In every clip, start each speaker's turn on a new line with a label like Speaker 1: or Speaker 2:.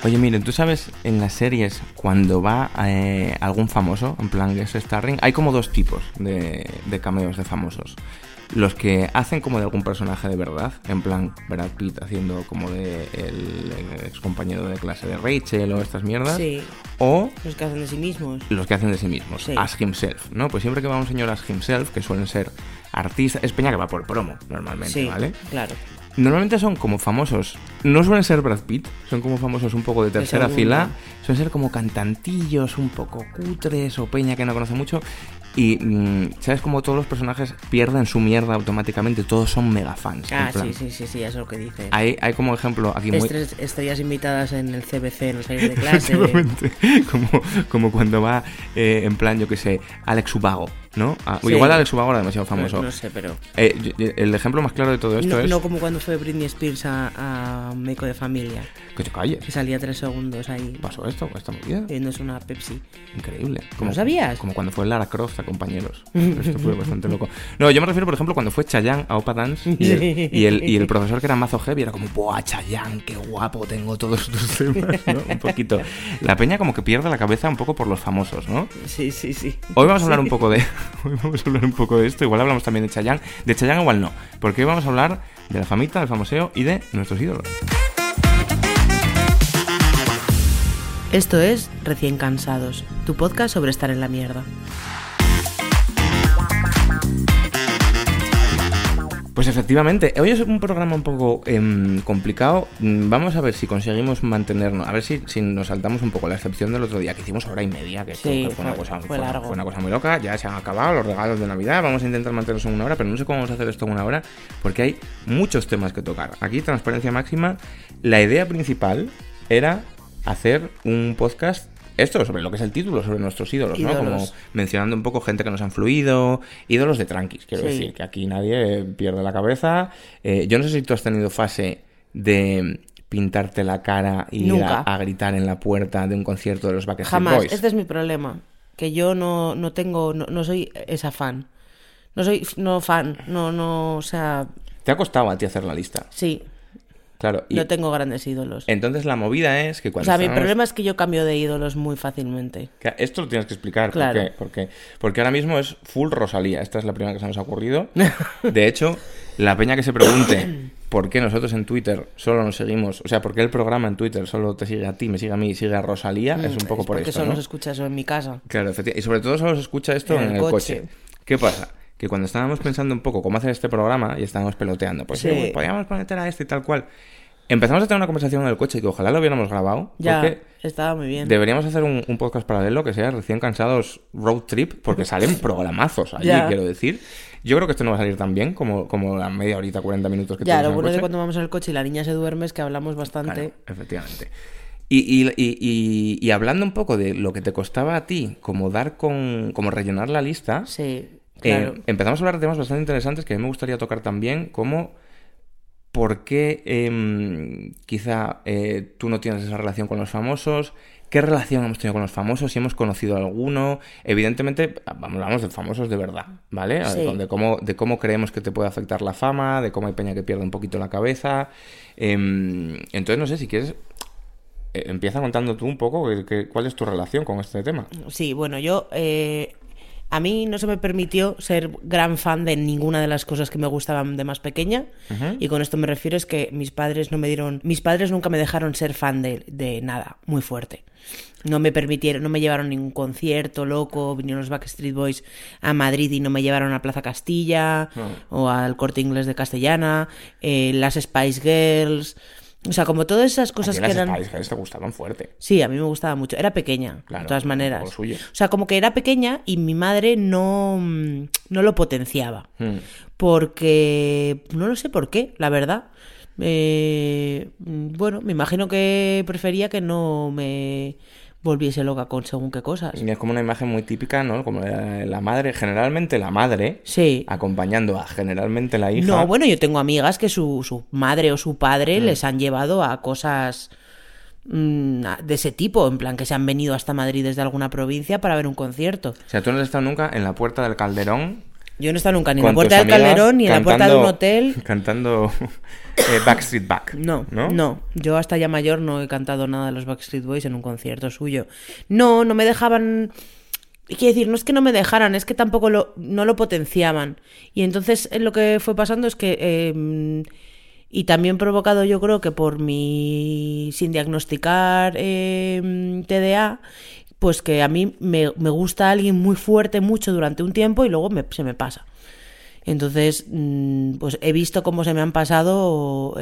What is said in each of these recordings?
Speaker 1: Oye, miren, ¿tú sabes en las series cuando va algún famoso, en plan guest starring, hay como dos tipos de cameos de famosos? Los que hacen como de algún personaje de verdad, en plan Brad Pitt haciendo como de el ex compañero de clase de Rachel o estas mierdas.
Speaker 2: Sí.
Speaker 1: O
Speaker 2: los que hacen de sí mismos.
Speaker 1: Los que hacen de sí mismos, sí. As himself, ¿no? Pues siempre que va un señor as himself, que suelen ser artistas, es peña que va por promo, normalmente,
Speaker 2: sí,
Speaker 1: ¿vale?
Speaker 2: Claro.
Speaker 1: Normalmente son como famosos, no suelen ser Brad Pitt, son como famosos un poco de tercera fila, suelen ser como cantantillos un poco cutres o peña que no conoce mucho. Y, ¿sabes? Como todos los personajes pierden su mierda automáticamente, todos son mega fans.
Speaker 2: Ah, sí, eso es lo que dice.
Speaker 1: Hay como ejemplo aquí
Speaker 2: estrellas invitadas en el CBC, en los años de clase.
Speaker 1: como cuando va, en plan, yo que sé, Alex Ubago, ¿no?
Speaker 2: Sí.
Speaker 1: Igual Alex Ubago era demasiado famoso.
Speaker 2: No sé, pero...
Speaker 1: el ejemplo más claro de todo esto es...
Speaker 2: No como cuando fue Britney Spears a Médico de Familia.
Speaker 1: Que te calles.
Speaker 2: Que salía 3 segundos ahí.
Speaker 1: ¿Pasó esto? ¿Esta movida?
Speaker 2: Bebiéndose una Pepsi.
Speaker 1: Increíble.
Speaker 2: ¿No sabías?
Speaker 1: Como cuando fue Lara Croft a Compañeros. Esto fue bastante loco. No, yo me refiero, por ejemplo, cuando fue Chayanne a Opa Dance y el profesor que era mazo heavy era como, ¡buah, Chayanne, qué guapo, tengo todos tus temas! ¿No? Un poquito. La peña como que pierde la cabeza un poco por los famosos, ¿no?
Speaker 2: Sí.
Speaker 1: Hoy vamos a hablar un poco de... Hoy vamos a hablar un poco de esto. Igual hablamos también de Chayanne. De Chayanne igual no. Porque hoy vamos a hablar de la famita, del famoseo y de nuestros ídolos.
Speaker 2: Esto es Recién Cansados, tu podcast sobre estar en la mierda.
Speaker 1: Pues efectivamente, hoy es un programa un poco complicado. Vamos a ver si conseguimos mantenernos, a ver si nos saltamos un poco la excepción del otro día, que hicimos 1:30, que
Speaker 2: sí,
Speaker 1: fue una cosa,
Speaker 2: fue largo.
Speaker 1: Fue una cosa muy loca. Ya se han acabado los regalos de Navidad, vamos a intentar mantenernos en 1 hora, pero no sé cómo vamos a hacer esto en 1 hora, porque hay muchos temas que tocar. Aquí, transparencia máxima. La idea principal era hacer un podcast sobre lo que es el título, sobre nuestros ídolos, ¿no? Como mencionando un poco gente que nos ha influido, ídolos de tranquis, quiero decir, que aquí nadie pierde la cabeza. Yo no sé si tú has tenido fase de pintarte la cara y ir a gritar en la puerta de un concierto de los Backstreet
Speaker 2: Jamás.
Speaker 1: Boys.
Speaker 2: Este es mi problema, que yo no soy esa fan. O sea...
Speaker 1: ¿Te ha costado a ti hacer la lista?
Speaker 2: Sí.
Speaker 1: Claro,
Speaker 2: no tengo grandes ídolos.
Speaker 1: Entonces la movida es que cuando...
Speaker 2: mi problema es que yo cambio de ídolos muy fácilmente.
Speaker 1: Esto lo tienes que explicar.
Speaker 2: Claro.
Speaker 1: Porque ahora mismo es full Rosalía. Esta es la primera que se nos ha ocurrido. De hecho, la peña que se pregunte por qué nosotros en Twitter solo nos seguimos... O sea, por qué el programa en Twitter solo te sigue a ti, me sigue a mí y sigue a Rosalía, es un poco por esto,
Speaker 2: porque solo
Speaker 1: ¿no?
Speaker 2: se escucha eso en mi casa.
Speaker 1: Claro, efectivamente. Y sobre todo solo se escucha esto en el coche. ¿Qué pasa? Que cuando estábamos pensando un poco cómo hacer este programa y estábamos peloteando, pues sí, podríamos meter a este y tal cual... Empezamos a tener una conversación en el coche que ojalá lo hubiéramos grabado.
Speaker 2: Ya, estaba muy bien.
Speaker 1: Deberíamos hacer un podcast paralelo que sea Recién Cansados Road Trip, porque salen programazos allí, quiero decir. Yo creo que esto no va a salir tan bien como la media horita, 40 minutos que tenemos en el coche. Ya, lo bueno
Speaker 2: de cuando vamos en el coche y la niña se duerme es que hablamos bastante.
Speaker 1: Claro, efectivamente. Y hablando un poco de lo que te costaba a ti, como rellenar la lista,
Speaker 2: sí, claro.
Speaker 1: Empezamos a hablar de temas bastante interesantes que a mí me gustaría tocar también, como... ¿Por qué quizá tú no tienes esa relación con los famosos? ¿Qué relación hemos tenido con los famosos? Si hemos conocido a alguno. Evidentemente, hablamos de famosos de verdad, ¿vale?
Speaker 2: Sí.
Speaker 1: De cómo creemos que te puede afectar la fama, de cómo hay peña que pierde un poquito la cabeza. Entonces, no sé, si quieres... empieza contando tú un poco cuál es tu relación con este tema.
Speaker 2: Sí, bueno, yo... A mí no se me permitió ser gran fan de ninguna de las cosas que me gustaban de más pequeña. Uh-huh. Y con esto me refiero es que mis padres nunca me dejaron ser fan de nada muy fuerte. No me llevaron a ningún concierto loco, vinieron los Backstreet Boys a Madrid y no me llevaron a Plaza Castilla o al Corte Inglés de Castellana, las Spice Girls... O sea, como todas esas cosas que eran...
Speaker 1: Las Spice Girls te gustaban fuerte.
Speaker 2: Sí, a mí me gustaba mucho. Era pequeña,
Speaker 1: claro,
Speaker 2: de todas maneras.
Speaker 1: Lo suyo.
Speaker 2: O sea, como que era pequeña y mi madre no lo potenciaba. Porque... No lo sé por qué, la verdad. Bueno, me imagino que prefería que no me volviese loca con según qué cosas.
Speaker 1: Y es como una imagen muy típica, ¿no? Como la madre, generalmente la madre,
Speaker 2: sí,
Speaker 1: acompañando a generalmente la hija.
Speaker 2: No, bueno, yo tengo amigas que su madre o su padre les han llevado a cosas de ese tipo, en plan que se han venido hasta Madrid desde alguna provincia para ver un concierto.
Speaker 1: O sea, tú no has estado nunca en la Puerta del Calderón
Speaker 2: Yo no he estado nunca ni en la
Speaker 1: con
Speaker 2: puerta
Speaker 1: tus
Speaker 2: del
Speaker 1: amigas
Speaker 2: Calderón ni en la puerta de un hotel.
Speaker 1: Cantando Backstreet Back.
Speaker 2: No. Yo hasta ya mayor no he cantado nada de los Backstreet Boys en un concierto suyo. No me dejaban... Quiero decir, no es que no me dejaran, es que tampoco no lo potenciaban. Y entonces lo que fue pasando es que... y también provocado yo creo que por mi... sin diagnosticar TDA... pues que a mí me gusta alguien muy fuerte mucho durante un tiempo y luego se me pasa. Entonces, pues he visto cómo se me han pasado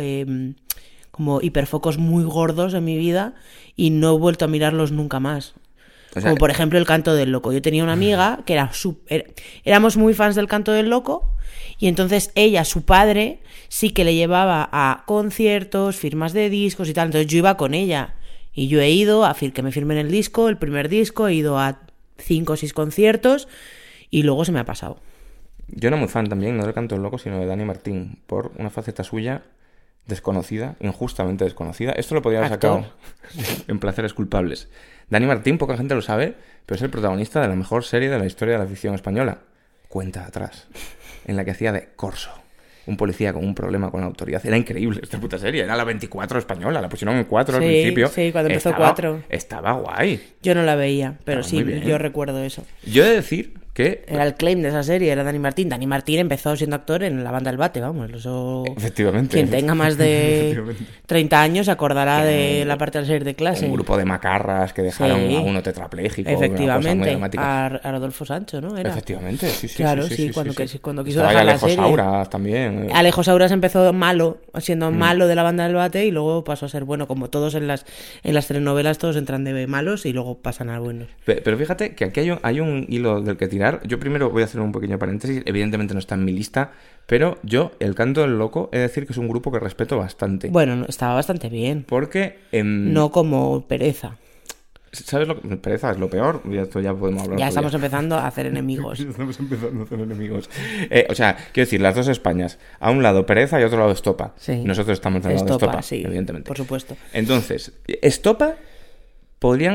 Speaker 2: como hiperfocos muy gordos en mi vida y no he vuelto a mirarlos nunca más. O sea, como por ejemplo el Canto del Loco. Yo tenía una amiga que éramos muy fans del Canto del Loco y entonces ella, su padre, sí que le llevaba a conciertos, firmas de discos y tal. Entonces yo iba con ella. Y yo he ido a que me firmen el disco, el primer disco, he ido a 5 o 6 conciertos y luego se me ha pasado.
Speaker 1: Yo era muy fan también, no del Canto del Loco, sino de Dani Martín, por una faceta suya desconocida, injustamente desconocida. Esto lo podría haber sacado en Placeres Culpables. Dani Martín, poca gente lo sabe, pero es el protagonista de la mejor serie de la historia de la ficción española, Cuenta Atrás, en la que hacía de Corso. Un policía con un problema con la autoridad. Era increíble esta puta serie. Era la 24 española. La pusieron en 4 al principio.
Speaker 2: Sí, cuando empezó 4.
Speaker 1: Estaba guay.
Speaker 2: Yo no la veía, pero
Speaker 1: estaba
Speaker 2: sí, yo recuerdo eso.
Speaker 1: Yo he de decir que...
Speaker 2: Era el claim de esa serie, era Dani Martín. Dani Martín empezó siendo actor en La Banda del Bate, vamos. Eso...
Speaker 1: Efectivamente.
Speaker 2: Quien tenga más de 30 años se acordará de la parte de la serie de clase.
Speaker 1: Un grupo de macarras que dejaron a uno tetrapléjico.
Speaker 2: Efectivamente. A Rodolfo Sancho, ¿no? Era.
Speaker 1: Efectivamente, sí.
Speaker 2: Claro, cuando quiso
Speaker 1: estaba
Speaker 2: dejar la
Speaker 1: Alejo
Speaker 2: serie.
Speaker 1: Sauras también.
Speaker 2: Alejo Sauras empezó siendo malo de La Banda del Bate y luego pasó a ser bueno. Como todos en las telenovelas, todos entran de malos y luego pasan a buenos.
Speaker 1: Pero fíjate que aquí hay un hilo del que tirar. Yo primero voy a hacer un pequeño paréntesis. Evidentemente no está en mi lista, pero yo, el Canto del Loco, he de decir que es un grupo que respeto bastante.
Speaker 2: Bueno, estaba bastante bien.
Speaker 1: Porque...
Speaker 2: no como Pereza.
Speaker 1: ¿Sabes lo que Pereza es lo peor? Esto ya podemos hablar.
Speaker 2: Ya estamos empezando a hacer enemigos.
Speaker 1: Estamos empezando a hacer enemigos. O sea, quiero decir, las dos Españas. A un lado Pereza y a otro lado Estopa.
Speaker 2: Sí.
Speaker 1: Nosotros estamos del lado de Estopa,
Speaker 2: sí,
Speaker 1: evidentemente.
Speaker 2: Por supuesto.
Speaker 1: Entonces, Estopa podrían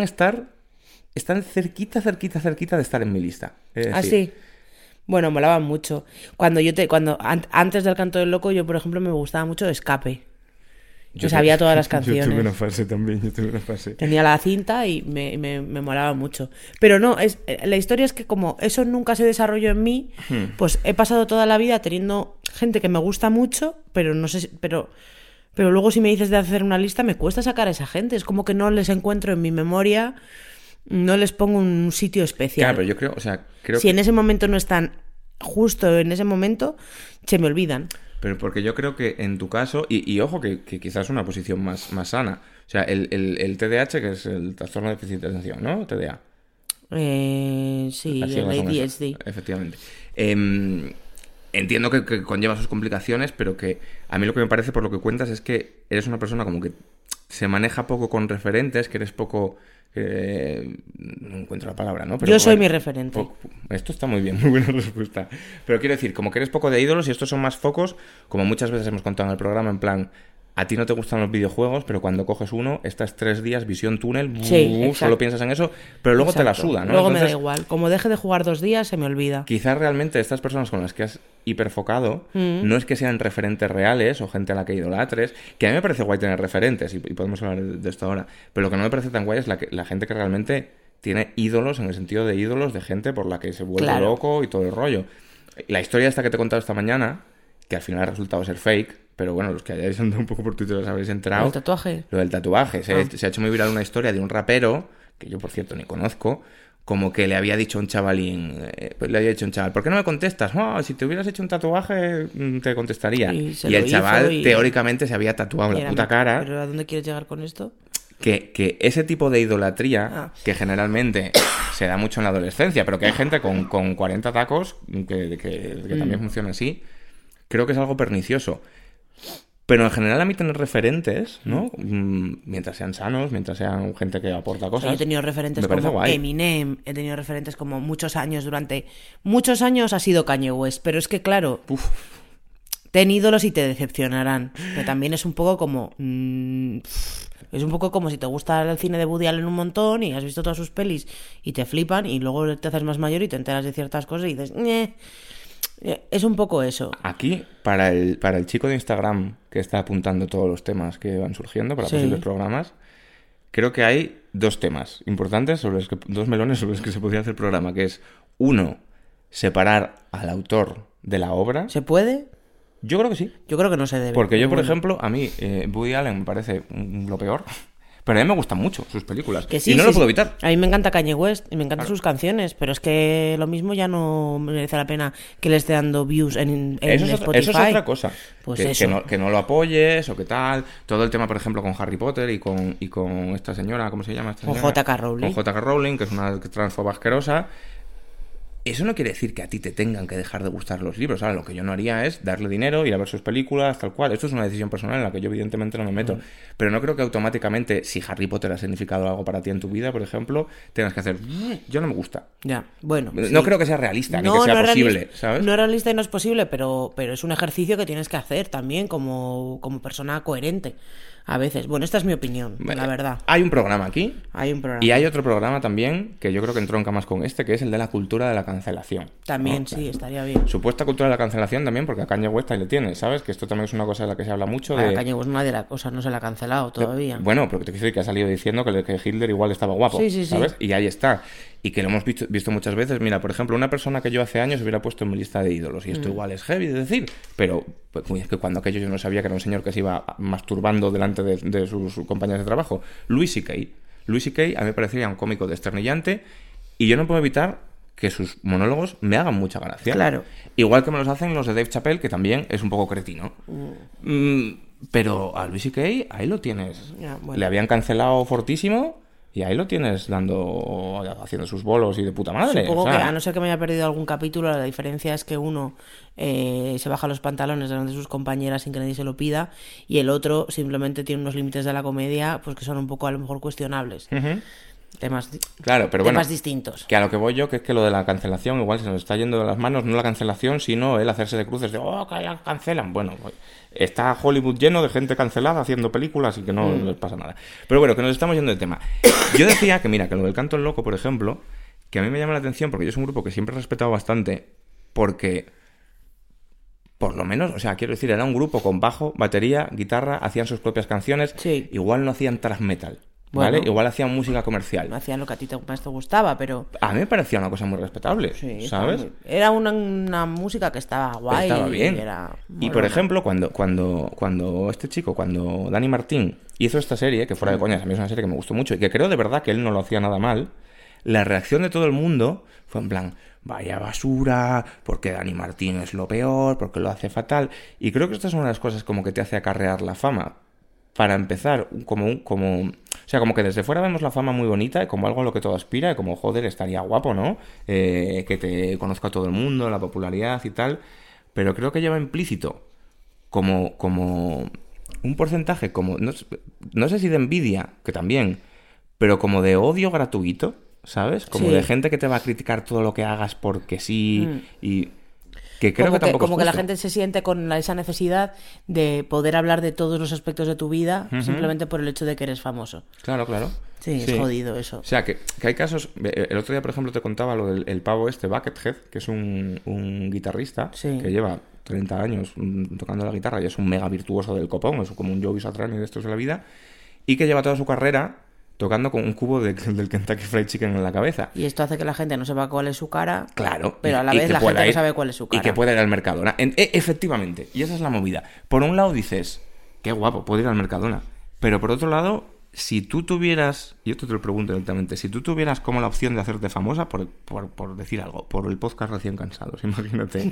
Speaker 1: están cerquita de estar en mi lista.
Speaker 2: Ah, sí. Bueno, molaban mucho. Antes del Canto del Loco, yo, por ejemplo, me gustaba mucho Escape. Yo sabía todas las canciones.
Speaker 1: Yo tuve una fase también,
Speaker 2: Tenía la cinta y me molaba mucho. Pero no, la historia es que como eso nunca se desarrolló en mí, pues he pasado toda la vida teniendo gente que me gusta mucho, pero no sé, pero luego si me dices de hacer una lista me cuesta sacar a esa gente. Es como que no les encuentro en mi memoria, no les pongo un sitio especial.
Speaker 1: Claro, pero yo creo,
Speaker 2: si en ese momento no están justo en ese momento, se me olvidan.
Speaker 1: Pero porque yo creo que en tu caso, y ojo que quizás es una posición más sana, o sea, el TDAH, que es el trastorno de déficit de atención, ¿no? TDA.
Speaker 2: Sí, el ADHD.
Speaker 1: Efectivamente. Entiendo que conlleva sus complicaciones, pero que a mí lo que me parece por lo que cuentas es que eres una persona como que se maneja poco con referentes, que eres poco... no encuentro la palabra, ¿no? Pero
Speaker 2: yo soy mi referente.
Speaker 1: Esto está muy bien, muy buena respuesta. Pero quiero decir, como que eres poco de ídolos y estos son más focos, como muchas veces hemos contado en el programa, en plan, a ti no te gustan los videojuegos, pero cuando coges uno, estás 3 días, visión túnel, solo piensas en eso, pero luego te la suda, ¿no?
Speaker 2: Luego entonces, me da igual. Como deje de jugar 2 días, se me olvida.
Speaker 1: Quizás realmente estas personas con las que has hiperfocado no es que sean referentes reales o gente a la que idolatres, que a mí me parece guay tener referentes y podemos hablar de esto ahora, pero lo que no me parece tan guay es la gente que realmente tiene ídolos, en el sentido de ídolos de gente por la que se vuelve loco y todo el rollo. La historia esta que te he contado esta mañana, que al final ha resultado ser fake, pero bueno, los que hayáis andado un poco por Twitter os habréis enterado.
Speaker 2: ¿El tatuaje?
Speaker 1: Lo del tatuaje. Se ha hecho muy viral una historia de un rapero, que yo por cierto ni conozco, como que le había dicho a un chavalín, ¿por qué no me contestas? Si te hubieras hecho un tatuaje, te contestaría. Y el chaval teóricamente se había tatuado la puta cara.
Speaker 2: ¿Pero a dónde quieres llegar con esto?
Speaker 1: Que ese tipo de idolatría, que generalmente se da mucho en la adolescencia, pero que hay gente con 40 tacos que también funciona así, creo que es algo pernicioso. Pero en general a mí tener referentes, ¿no? Mientras sean sanos, mientras sean gente que aporta cosas.
Speaker 2: Yo he tenido referentes como guay. Eminem, he tenido referentes como durante muchos años ha sido Kanye West, pero es que claro, ten ídolos y te decepcionarán. Pero también es un poco como... es un poco como si te gusta el cine de Woody Allen un montón y has visto todas sus pelis y te flipan y luego te haces más mayor y te enteras de ciertas cosas y dices... Es un poco eso.
Speaker 1: Aquí, para el chico de Instagram que está apuntando todos los temas que van surgiendo para posibles programas, creo que hay dos temas importantes, dos melones sobre los que se podría hacer programa, que es, uno, separar al autor de la obra.
Speaker 2: ¿Se puede?
Speaker 1: Yo creo que sí.
Speaker 2: Yo creo que no se debe.
Speaker 1: Porque yo, por ejemplo, a mí Woody Allen me parece lo peor, pero a mí me gustan mucho sus películas.
Speaker 2: Que sí,
Speaker 1: y no lo puedo evitar.
Speaker 2: A mí me encanta Kanye West y me encantan sus canciones, pero es que lo mismo ya no merece la pena que le esté dando views en Spotify.
Speaker 1: Eso es otra cosa.
Speaker 2: Pues
Speaker 1: que no lo apoyes o qué tal. Todo el tema, por ejemplo, con Harry Potter y con esta señora, ¿cómo se llama?
Speaker 2: Con J.K. Rowling.
Speaker 1: Con J.K. Rowling, que es una transfoba asquerosa. Eso no quiere decir que a ti te tengan que dejar de gustar los libros. ¿Sabes? Lo que yo no haría es darle dinero, ir a ver sus películas, tal cual. Esto es una decisión personal en la que yo evidentemente no me meto. Pero no creo que automáticamente, si Harry Potter ha significado algo para ti en tu vida, por ejemplo, tengas que hacer, yo no me gusta.
Speaker 2: Ya, bueno.
Speaker 1: No creo que sea realista, ni que sea posible, ¿sabes?
Speaker 2: No es realista y no es posible, pero es un ejercicio que tienes que hacer también como persona coherente. A veces. Bueno, esta es mi opinión, la verdad.
Speaker 1: Hay un programa aquí.
Speaker 2: Hay un programa.
Speaker 1: Y hay otro programa también que yo creo que entronca más con este, que es el de la cultura de la cancelación.
Speaker 2: También,
Speaker 1: ¿no?
Speaker 2: sí, estaría bien.
Speaker 1: Supuesta cultura de la cancelación también, porque a Kanye West ahí le tienes, ¿sabes? Que esto también es una cosa de la que se habla mucho.
Speaker 2: A Kanye West nadie no se la ha cancelado todavía.
Speaker 1: Bueno, pero te quiero decir que ha salido diciendo que Hitler igual estaba guapo, ¿sabes? Y ahí está. Y que lo hemos visto muchas veces. Mira, por ejemplo, una persona que yo hace años hubiera puesto en mi lista de ídolos. Y esto igual es heavy de decir, pero pues, es que cuando aquello yo no sabía que era un señor que se iba masturbando delante de sus compañeros de trabajo. Louis C.K. Louis C.K. a mí me parecía un cómico desternillante y yo no puedo evitar que sus monólogos me hagan mucha gracia.
Speaker 2: Claro.
Speaker 1: Igual que me los hacen los de Dave Chappelle, que también es un poco cretino. Pero a Louis C.K. ahí lo tienes. Le habían cancelado fortísimo y ahí lo tienes haciendo sus bolos y de puta madre.
Speaker 2: Supongo que, a no ser que me haya perdido algún capítulo, la diferencia es que uno se baja los pantalones delante de sus compañeras sin que nadie se lo pida, y el otro simplemente tiene unos límites de la comedia pues que son un poco a lo mejor cuestionables. Temas distintos.
Speaker 1: Que a lo que voy yo, que es que lo de la cancelación igual se nos está yendo de las manos, no la cancelación, sino el hacerse de cruces de, que ya cancelan. Bueno, pues, está Hollywood lleno de gente cancelada haciendo películas y que no les pasa nada. Pero bueno, que nos estamos yendo de tema. Yo decía que, mira, que lo del Canto el Loco, por ejemplo, que a mí me llama la atención porque yo soy un grupo que siempre he respetado bastante, porque, por lo menos, o sea, quiero decir, era un grupo con bajo, batería, guitarra, hacían sus propias canciones, igual no hacían thrash metal. ¿Vale? Igual hacían música comercial.
Speaker 2: No hacían lo que a ti más te gustaba, pero...
Speaker 1: A mí me parecía una cosa muy respetable, ¿sabes?
Speaker 2: Era una música que estaba guay.
Speaker 1: Estaba bien. Y por ejemplo, cuando Dani Martín hizo esta serie, que fuera de coñas, a mí es una serie que me gustó mucho y que creo de verdad que él no lo hacía nada mal, la reacción de todo el mundo fue en plan, vaya basura, porque Dani Martín es lo peor, porque lo hace fatal. Y creo que esta es una de las cosas como que te hace acarrear la fama. Para empezar, o sea, como que desde fuera vemos la fama muy bonita y como algo a lo que todo aspira, y como, joder, estaría guapo, ¿no? Que te conozca todo el mundo, la popularidad y tal. Pero creo que lleva implícito como un porcentaje, como no sé si de envidia, que también, pero como de odio gratuito, ¿sabes? Como de gente que te va a criticar todo lo que hagas porque sí y... Que creo que tampoco
Speaker 2: como que la gente se siente con esa necesidad de poder hablar de todos los aspectos de tu vida simplemente por el hecho de que eres famoso.
Speaker 1: Claro.
Speaker 2: Sí, es jodido eso.
Speaker 1: O sea, que hay casos... El otro día, por ejemplo, te contaba lo del pavo Buckethead, que es un guitarrista que lleva 30 años tocando la guitarra y es un mega virtuoso del copón, es como un Joe Satriani de estos de la vida, y que lleva toda su carrera tocando con un cubo del Kentucky Fried Chicken en la cabeza.
Speaker 2: Y esto hace que la gente no sepa cuál es su cara.
Speaker 1: Claro.
Speaker 2: Pero a la vez la gente no sabe cuál es su cara.
Speaker 1: Y que pueda ir al Mercadona. Efectivamente. Y esa es la movida. Por un lado dices, qué guapo, puedo ir al Mercadona. Pero por otro lado, si tú tuvieras, y esto te lo pregunto directamente, si tú tuvieras como la opción de hacerte famosa, por decir algo, por el podcast Recién Cansados, imagínate.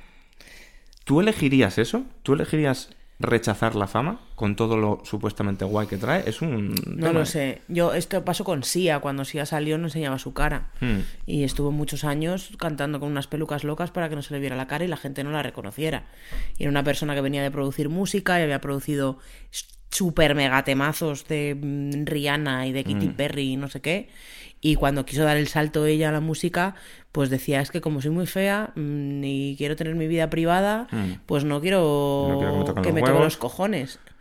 Speaker 1: ¿Tú elegirías eso? ¿Tú elegirías rechazar la fama con todo lo supuestamente guay que trae? Es un...
Speaker 2: No lo sé. Esto pasó con Sia. Cuando Sia salió no enseñaba su cara. Y estuvo muchos años cantando con unas pelucas locas para que no se le viera la cara y la gente no la reconociera. Y era una persona que venía de producir música y había producido super mega temazos de Rihanna y de Katy Perry y no sé qué. Y cuando quiso dar el salto ella a la música, pues decía, es que como soy muy fea y quiero tener mi vida privada, pues no quiero que me toquen los cojones.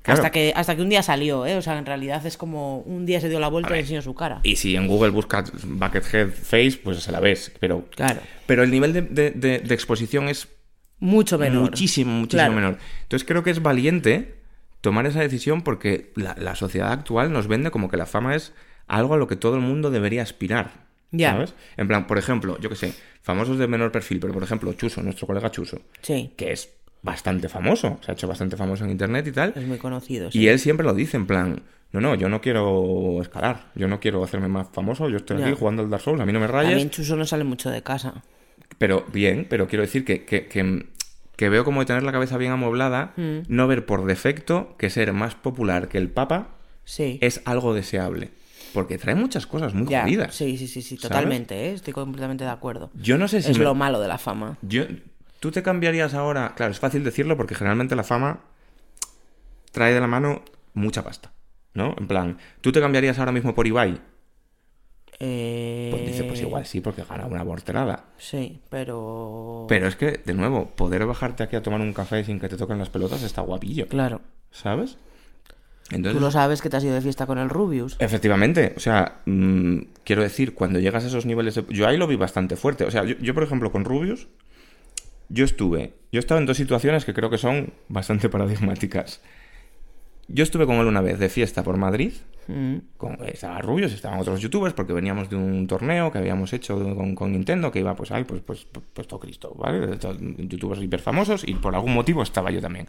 Speaker 1: Claro.
Speaker 2: Hasta que un día salió, ¿eh? O sea, en realidad es como un día se dio la vuelta y enseñó su cara.
Speaker 1: Y si en Google buscas Buckethead Face, pues se la ves. Pero,
Speaker 2: Claro.
Speaker 1: pero el nivel de exposición es
Speaker 2: Mucho menor.
Speaker 1: muchísimo
Speaker 2: Claro.
Speaker 1: menor. Entonces creo que es valiente tomar esa decisión porque la sociedad actual nos vende como que la fama es algo a lo que todo el mundo debería aspirar.
Speaker 2: Ya.
Speaker 1: ¿Sabes? En plan, por ejemplo, yo qué sé, famosos de menor perfil, pero por ejemplo, Chuso, nuestro colega Chuso,
Speaker 2: Sí.
Speaker 1: que es bastante famoso, se ha hecho bastante famoso en internet y tal.
Speaker 2: Es muy conocido, sí.
Speaker 1: Y él siempre lo dice, en plan, no, yo no quiero escalar, yo no quiero hacerme más famoso, yo estoy
Speaker 2: Ya.
Speaker 1: aquí jugando al Dark Souls, a mí no me rayes.
Speaker 2: También Chuso no sale mucho de casa.
Speaker 1: Pero bien, pero quiero decir que veo como de tener la cabeza bien amueblada, no ver por defecto que ser más popular que el Papa
Speaker 2: Sí.
Speaker 1: es algo deseable. Porque trae muchas cosas muy
Speaker 2: Ya.
Speaker 1: jodidas.
Speaker 2: Sí,
Speaker 1: ¿sabes?
Speaker 2: totalmente, ¿eh? Estoy completamente de acuerdo.
Speaker 1: Yo no sé si
Speaker 2: Es lo malo de la fama.
Speaker 1: ¿Tú te cambiarías ahora? Claro, es fácil decirlo porque generalmente la fama trae de la mano mucha pasta, ¿no? En plan, ¿tú te cambiarías ahora mismo por Ibai? Pues dice, pues igual sí, porque gana una morterada.
Speaker 2: Sí, pero...
Speaker 1: Pero es que, de nuevo, poder bajarte aquí a tomar un café sin que te toquen las pelotas está guapillo,
Speaker 2: Claro.
Speaker 1: ¿sabes? Entonces,
Speaker 2: Tú lo sabes que te has ido de fiesta con el Rubius.
Speaker 1: efectivamente, o sea, quiero decir, cuando llegas a esos niveles yo ahí lo vi bastante fuerte. O sea, yo por ejemplo, con Rubius, yo estaba en dos situaciones que creo que son bastante paradigmáticas. Yo estuve con él una vez de fiesta por Madrid, estaba Rubius, estaban otros youtubers, porque veníamos de un torneo que habíamos hecho con Nintendo, que iba pues todo Cristo, ¿vale? Youtubers hiper famosos, y por algún motivo estaba yo también.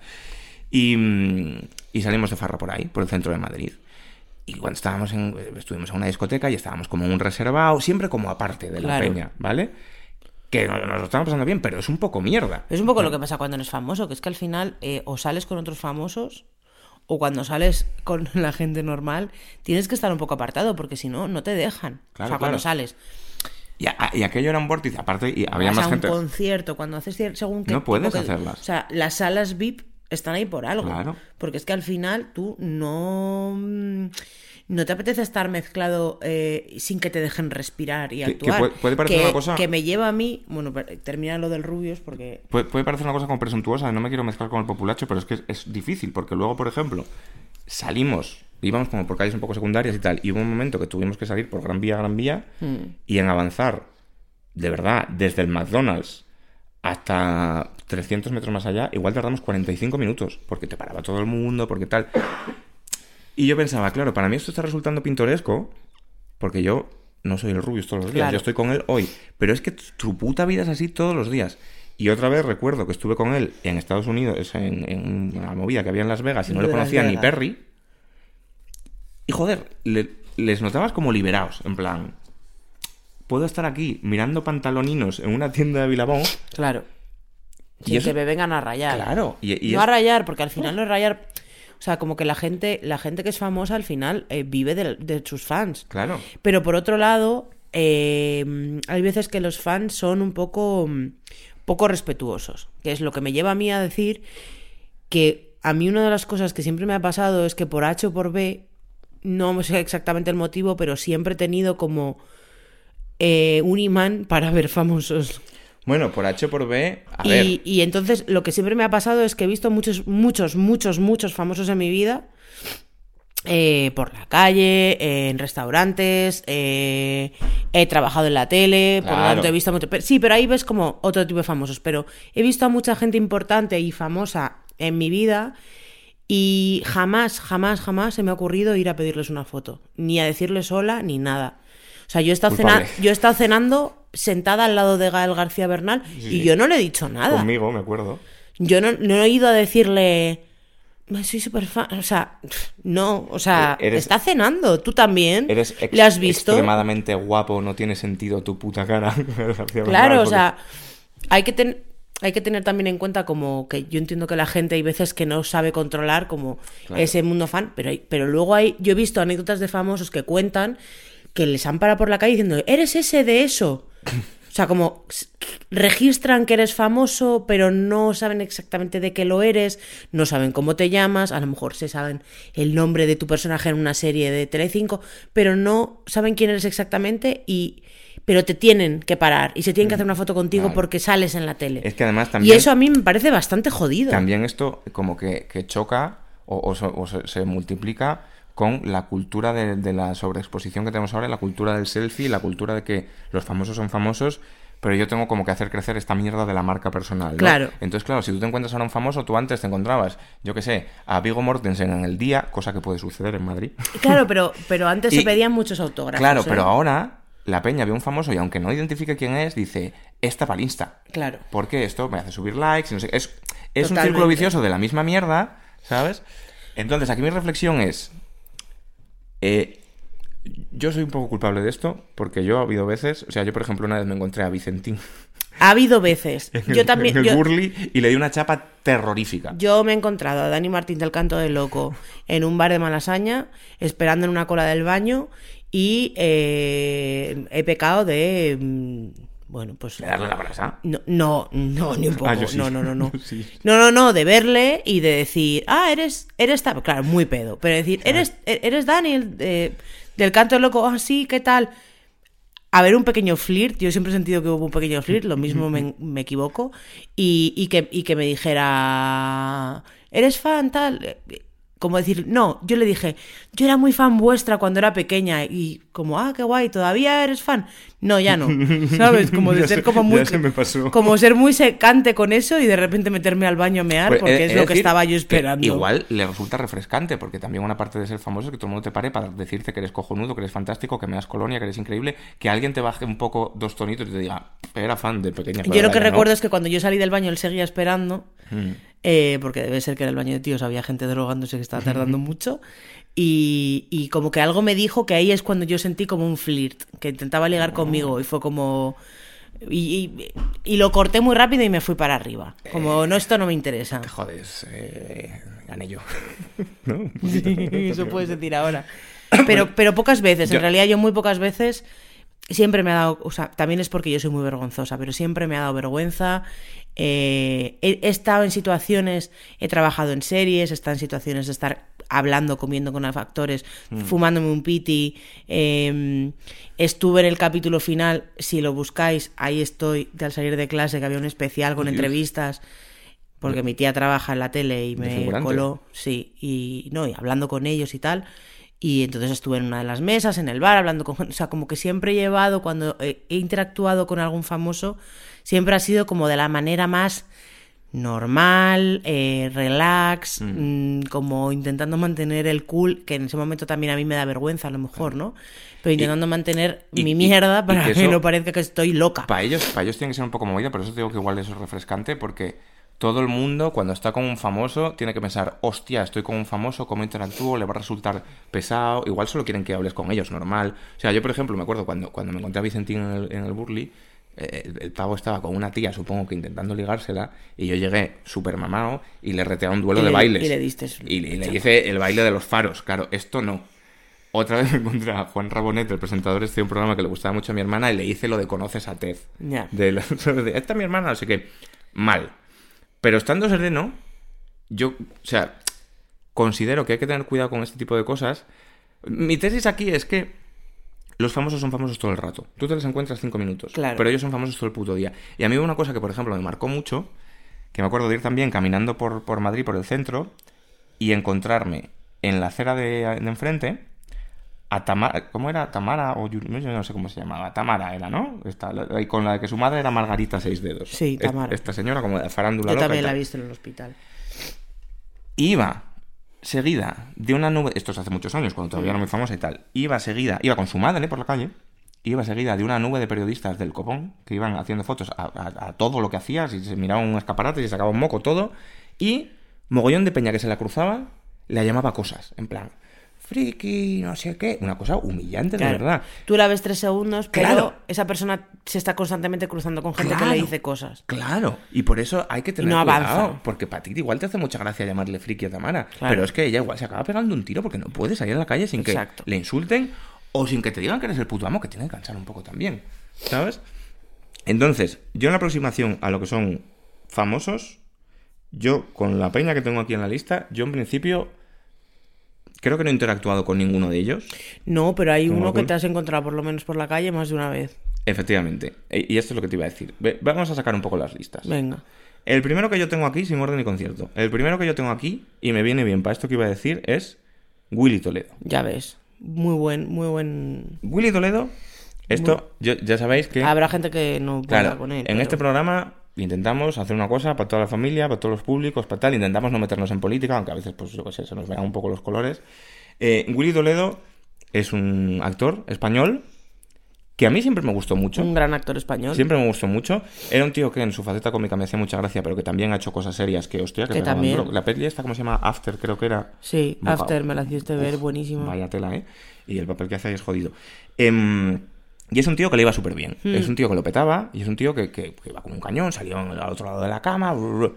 Speaker 1: Y salimos de farra por ahí, por el centro de Madrid. Y cuando estuvimos en una discoteca y estábamos como en un reservado, siempre como aparte de la peña, ¿vale? Que nos lo estamos pasando bien, pero es un poco mierda.
Speaker 2: Es un poco lo que pasa cuando eres famoso, que es que al final o sales con otros famosos o cuando sales con la gente normal tienes que estar un poco apartado porque si no, no te dejan.
Speaker 1: Claro,
Speaker 2: o sea, cuando
Speaker 1: claro.
Speaker 2: sales
Speaker 1: Y aquello era un vórtice, aparte, y había
Speaker 2: vas
Speaker 1: más
Speaker 2: a
Speaker 1: gente.
Speaker 2: un concierto, cuando haces según qué
Speaker 1: No puedes
Speaker 2: tipo
Speaker 1: hacerlas.
Speaker 2: O sea, las salas VIP están ahí por algo.
Speaker 1: Claro.
Speaker 2: Porque es que al final tú no te apetece estar mezclado sin que te dejen respirar y actuar.
Speaker 1: puede parecer una cosa...
Speaker 2: Que me lleva a mí... Bueno, termina lo del Rubius porque...
Speaker 1: Puede parecer una cosa como presuntuosa, no me quiero mezclar con el populacho, pero es que es difícil, porque luego, por ejemplo, íbamos como por calles un poco secundarias y tal, y hubo un momento que tuvimos que salir por Gran Vía, y en avanzar, de verdad, desde el McDonald's hasta 300 metros más allá, igual tardamos 45 minutos, porque te paraba todo el mundo, porque tal... Y yo pensaba, claro, para mí esto está resultando pintoresco, porque yo no soy el Rubius todos los días,
Speaker 2: Claro.
Speaker 1: yo estoy con él hoy. Pero es que tu puta vida es así todos los días. Y otra vez recuerdo que estuve con él en Estados Unidos, en una movida que había en Las Vegas, y no
Speaker 2: De
Speaker 1: le
Speaker 2: Las
Speaker 1: conocía ni
Speaker 2: Vegas.
Speaker 1: Perry. Y joder, les notabas como liberados, en plan... Puedo estar aquí mirando pantaloninos en una tienda de Billabong.
Speaker 2: Claro.
Speaker 1: Y
Speaker 2: Sin
Speaker 1: eso-
Speaker 2: que me vengan a rayar.
Speaker 1: Claro. Y
Speaker 2: No a rayar, porque al final no es rayar... O sea, como que la gente que es famosa al final vive de sus fans.
Speaker 1: Claro.
Speaker 2: Pero por otro lado, hay veces que los fans son un poco respetuosos. Que es lo que me lleva a mí a decir que a mí una de las cosas que siempre me ha pasado es que por H o por B, no sé exactamente el motivo, pero siempre he tenido como un imán para ver famosos.
Speaker 1: Bueno, por H o por B, a ver...
Speaker 2: Y entonces lo que siempre me ha pasado es que he visto muchos famosos en mi vida, por la calle, en restaurantes, he trabajado en la tele, por lo
Speaker 1: Claro.
Speaker 2: tanto he visto mucho... Sí, pero ahí ves como otro tipo de famosos, pero he visto a mucha gente importante y famosa en mi vida y jamás se me ha ocurrido ir a pedirles una foto, ni a decirles hola, ni nada. O sea, yo he estado cenando sentada al lado de Gael García Bernal y yo no le he dicho nada.
Speaker 1: Conmigo, me acuerdo.
Speaker 2: Yo no he ido a decirle, soy súper fan. O sea, no, o sea, está cenando. Tú también le has visto.
Speaker 1: Extremadamente guapo, no tiene sentido tu puta cara.
Speaker 2: Claro, o sea, hay que tener también en cuenta como que yo entiendo que la gente hay veces que no sabe controlar como ese mundo fan, pero luego yo he visto anécdotas de famosos que cuentan que les han parado por la calle diciendo, ¿eres ese de eso? O sea, como registran que eres famoso, pero no saben exactamente de qué lo eres, no saben cómo te llamas, a lo mejor se saben el nombre de tu personaje en una serie de Telecinco, pero no saben quién eres exactamente pero te tienen que parar y se tienen que hacer una foto contigo porque sales en la tele.
Speaker 1: Es que además también...
Speaker 2: Y eso a mí me parece bastante jodido.
Speaker 1: También esto como que choca se multiplica con la cultura de la sobreexposición que tenemos ahora, la cultura del selfie, la cultura de que los famosos son famosos, pero yo tengo como que hacer crecer esta mierda de la marca personal, ¿no?
Speaker 2: Claro.
Speaker 1: Entonces, claro, si tú te encuentras ahora un famoso, tú antes te encontrabas, yo qué sé, a Viggo Mortensen en el día, cosa que puede suceder en Madrid.
Speaker 2: Claro, pero antes se pedían muchos autógrafos.
Speaker 1: Claro, pero ahora la peña ve un famoso y aunque no identifique quién es, dice, esta para el Insta.
Speaker 2: Claro.
Speaker 1: Porque esto me hace subir likes, no sé, es un
Speaker 2: Totalmente.
Speaker 1: círculo vicioso de la misma mierda, ¿sabes? Entonces, aquí mi reflexión es... yo soy un poco culpable de esto, porque yo ha habido veces... O sea, yo, por ejemplo, una vez me encontré a Vicentín
Speaker 2: Ha habido veces. Yo también...
Speaker 1: en el Burley y le di una chapa terrorífica.
Speaker 2: Yo me he encontrado a Dani Martín del Canto del Loco en un bar de Malasaña, esperando en una cola del baño, y he pecado de... Bueno, pues...
Speaker 1: ¿De darle la brasa?
Speaker 2: No, ni un poco.
Speaker 1: Yo sí.
Speaker 2: No.
Speaker 1: Sí.
Speaker 2: No, de verle y de decir, eres claro, muy pedo, pero decir, eres Dani del Canto del Loco, sí, ¿qué tal? A ver, un pequeño flirt, yo siempre he sentido que hubo un pequeño flirt, lo mismo me equivoco, y que me dijera, ¿eres fan tal? Como decir, no, yo le dije, yo era muy fan vuestra cuando era pequeña, y como, qué guay, ¿todavía eres fan? No, ya no, ¿sabes? Como de ser como muy...
Speaker 1: Ya se me pasó.
Speaker 2: Como ser muy secante con eso y de repente meterme al baño a mear,
Speaker 1: Pues,
Speaker 2: porque es lo que estaba yo esperando.
Speaker 1: Igual le resulta refrescante, porque también una parte de ser famoso es que todo el mundo te pare para decirte que eres cojonudo, que eres fantástico, que me das colonia, que eres increíble, que alguien te baje un poco 2 tonitos y te diga, era fan de pequeña.
Speaker 2: Yo lo que
Speaker 1: ¿no?
Speaker 2: recuerdo es que cuando yo salí del baño él seguía esperando, porque debe ser que en el baño de tíos había gente drogándose que estaba tardando mucho, y como que algo me dijo que ahí es cuando yo sentí como un flirt, que intentaba ligar conmigo, y fue como... Y lo corté muy rápido y me fui para arriba. Como, no, esto no me interesa.
Speaker 1: Te jodes, gané yo.
Speaker 2: ¿No? Sí, eso puedes decir ahora. Pero pocas veces, en realidad yo muy pocas veces... Siempre me ha dado, o sea, también es porque yo soy muy vergonzosa, pero siempre me ha dado vergüenza. He estado en situaciones, he trabajado en series, he estado en situaciones de estar hablando, comiendo con actores, fumándome un piti. Estuve en el capítulo final, si lo buscáis, ahí estoy, de Al salir de clase, que había un especial con entrevistas, porque mi tía trabaja en la tele y me coló, sí, y hablando con ellos y tal. Y entonces estuve en una de las mesas, en el bar, hablando con gente. O sea, como que siempre he llevado, cuando he interactuado con algún famoso, siempre ha sido como de la manera más normal, relax, como intentando mantener el cool, que en ese momento también a mí me da vergüenza a lo mejor, ¿no? Pero intentando mantener mi mierda para que no parezca que estoy loca.
Speaker 1: Para ellos tiene que ser un poco movida, por eso te digo que igual eso es refrescante, porque... Todo el mundo, cuando está con un famoso, tiene que pensar, hostia, estoy con un famoso, ¿cómo interactúo? ¿Le va a resultar pesado? Igual solo quieren que hables con ellos, normal. O sea, yo, por ejemplo, me acuerdo cuando me encontré a Vicentín en el Burley, el pavo estaba con una tía, supongo que intentando ligársela, y yo llegué súper mamado y le reté a un duelo de bailes.
Speaker 2: Y le diste...
Speaker 1: Y le hice el baile de los faros. Claro, esto no. Otra vez me encontré a Juan Rabonet, el presentador de un programa que le gustaba mucho a mi hermana, y le hice lo de conoces a Ted.
Speaker 2: Yeah.
Speaker 1: De esta es mi hermana, así que mal. Pero estando sereno, yo, o sea, considero que hay que tener cuidado con este tipo de cosas. Mi tesis aquí es que los famosos son famosos todo el rato. Tú te los encuentras 5 minutos,
Speaker 2: claro,
Speaker 1: pero ellos son famosos todo el puto día. Y a mí una cosa que, por ejemplo, me marcó mucho, que me acuerdo de ir también caminando por Madrid, por el centro, y encontrarme en la acera de enfrente a Tamara, ¿cómo era? Tamara, o no sé cómo se llamaba, Tamara era, ¿no? Con la de que su madre era Margarita Seis Dedos.
Speaker 2: Sí, Tamara.
Speaker 1: Esta señora como de farándula.
Speaker 2: Yo también la he visto en el hospital.
Speaker 1: Iba seguida de una nube, esto es hace muchos años, cuando todavía era muy famosa y tal, iba con su madre por la calle, iba seguida de una nube de periodistas del Copón, que iban haciendo fotos a todo lo que hacía, si se miraba un escaparate, si sacaba un moco, todo, y mogollón de peña que se la cruzaba, le llamaba cosas, en plan... friki, no sé qué, una cosa humillante, claro, de verdad.
Speaker 2: Tú la ves 3 segundos, pero
Speaker 1: claro,
Speaker 2: esa persona se está constantemente cruzando con gente, claro, que le dice cosas.
Speaker 1: Claro, y por eso hay que tener cuidado, porque para ti igual te hace mucha gracia llamarle friki a Tamara, claro, pero es que ella igual se acaba pegando un tiro porque no puede salir a la calle sin
Speaker 2: exacto,
Speaker 1: que le insulten o sin que te digan que eres el puto amo, que tiene que cansar un poco también, ¿sabes? Entonces, yo en la aproximación a lo que son famosos, yo con la peña que tengo aquí en la lista, yo en principio... Creo que no he interactuado con ninguno de ellos.
Speaker 2: No, pero hay uno que te has encontrado por lo menos por la calle más de una vez.
Speaker 1: Efectivamente. Y esto es lo que te iba a decir. Vamos a sacar un poco las listas.
Speaker 2: Venga.
Speaker 1: el primero que yo tengo aquí, sin orden ni concierto, el primero que yo tengo aquí, y me viene bien para esto que iba a decir, es Willy Toledo.
Speaker 2: Ya ves. Muy buen...
Speaker 1: Willy Toledo, esto, ya sabéis que...
Speaker 2: Habrá gente que no pueda con él.
Speaker 1: En este programa intentamos hacer una cosa para toda la familia, para todos los públicos, para tal. Intentamos no meternos en política, aunque a veces, pues yo qué sé, se nos vean un poco los colores. Willy Toledo es un actor español que a mí siempre me gustó mucho.
Speaker 2: Un gran actor español.
Speaker 1: Siempre me gustó mucho. Era un tío que en su faceta cómica me hacía mucha gracia, pero que también ha hecho cosas serias que, hostia,
Speaker 2: que también.
Speaker 1: La peli esta, ¿cómo se llama? After, creo que era.
Speaker 2: Sí, After, me la hiciste ver, buenísimo.
Speaker 1: Vaya tela, ¿eh? Y el papel que hace ahí es jodido. Y es un tío que le iba súper bien. Es un tío que lo petaba y es un tío que iba como un cañón, salió al otro lado de la cama.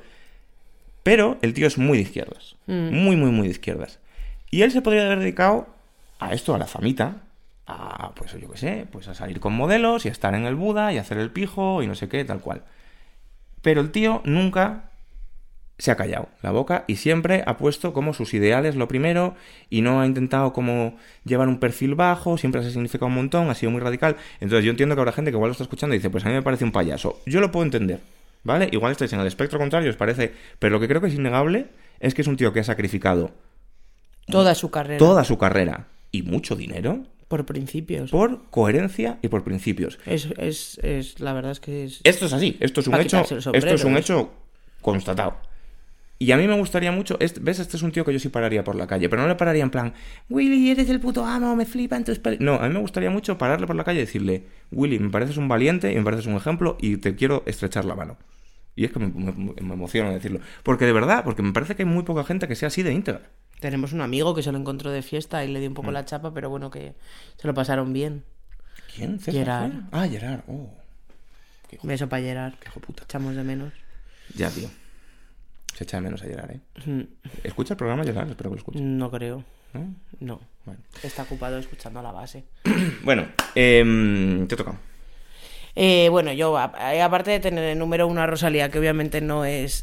Speaker 1: Pero el tío es muy de izquierdas. Muy, muy, muy de izquierdas. Y él se podría haber dedicado a esto, a la famita, a, pues yo qué sé, pues a salir con modelos y a estar en el Buda y a hacer el pijo y no sé qué, tal cual. Pero el tío nunca se ha callado la boca y siempre ha puesto como sus ideales lo primero y no ha intentado como llevar un perfil bajo, siempre se significa un montón, ha sido muy radical. Entonces yo entiendo que habrá gente que igual lo está escuchando y dice, pues a mí me parece un payaso. Yo lo puedo entender, ¿vale? Igual estáis en el espectro contrario, os parece, pero lo que creo que es innegable es que es un tío que ha sacrificado
Speaker 2: toda su carrera
Speaker 1: y mucho dinero
Speaker 2: por principios,
Speaker 1: por coherencia y por principios.
Speaker 2: Es la verdad es que es...
Speaker 1: Esto es así, esto es un hecho constatado. Y a mí me gustaría mucho, ¿ves? Este es un tío que yo sí pararía por la calle, pero no le pararía en plan, Willy, eres el puto amo, me flipan tus pelis. No, a mí me gustaría mucho pararle por la calle y decirle, Willy, me pareces un valiente y me pareces un ejemplo y te quiero estrechar la mano. Y es que me emociona decirlo. Porque de verdad, porque me parece que hay muy poca gente que sea así de íntegra.
Speaker 2: Tenemos un amigo que se lo encontró de fiesta y le dio un poco la chapa, pero bueno, que se lo pasaron bien.
Speaker 1: ¿Quién?
Speaker 2: Gerard.
Speaker 1: Gerard. Oh.
Speaker 2: Beso para Gerard.
Speaker 1: Qué hijo puta.
Speaker 2: Echamos de menos.
Speaker 1: Ya, tío. Se echa de menos a Gerard, ¿eh? ¿Escucha el programa Gerard? Espero que lo escuche.
Speaker 2: No creo.
Speaker 1: ¿No? Bueno.
Speaker 2: Está ocupado escuchando a la base.
Speaker 1: Bueno, te toca.
Speaker 2: Bueno, yo, aparte de tener el número una Rosalía, que obviamente no es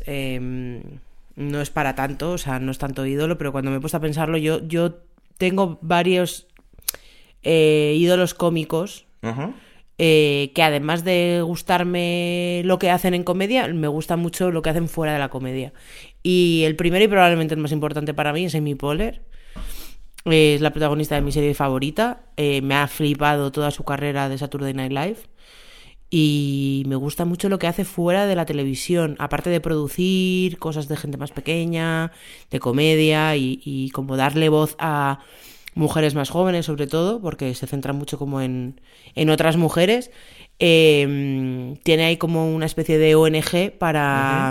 Speaker 2: para tanto, o sea, no es tanto ídolo, pero cuando me he puesto a pensarlo, yo tengo varios ídolos cómicos.
Speaker 1: Ajá.
Speaker 2: Que además de gustarme lo que hacen en comedia, me gusta mucho lo que hacen fuera de la comedia. Y el primero y probablemente el más importante para mí es Amy Poehler. Es la protagonista de mi serie favorita. Me ha flipado toda su carrera de Saturday Night Live. Y me gusta mucho lo que hace fuera de la televisión, aparte de producir cosas de gente más pequeña, de comedia y como darle voz a mujeres más jóvenes, sobre todo, porque se centra mucho como en otras mujeres. Tiene ahí como una especie de ONG para,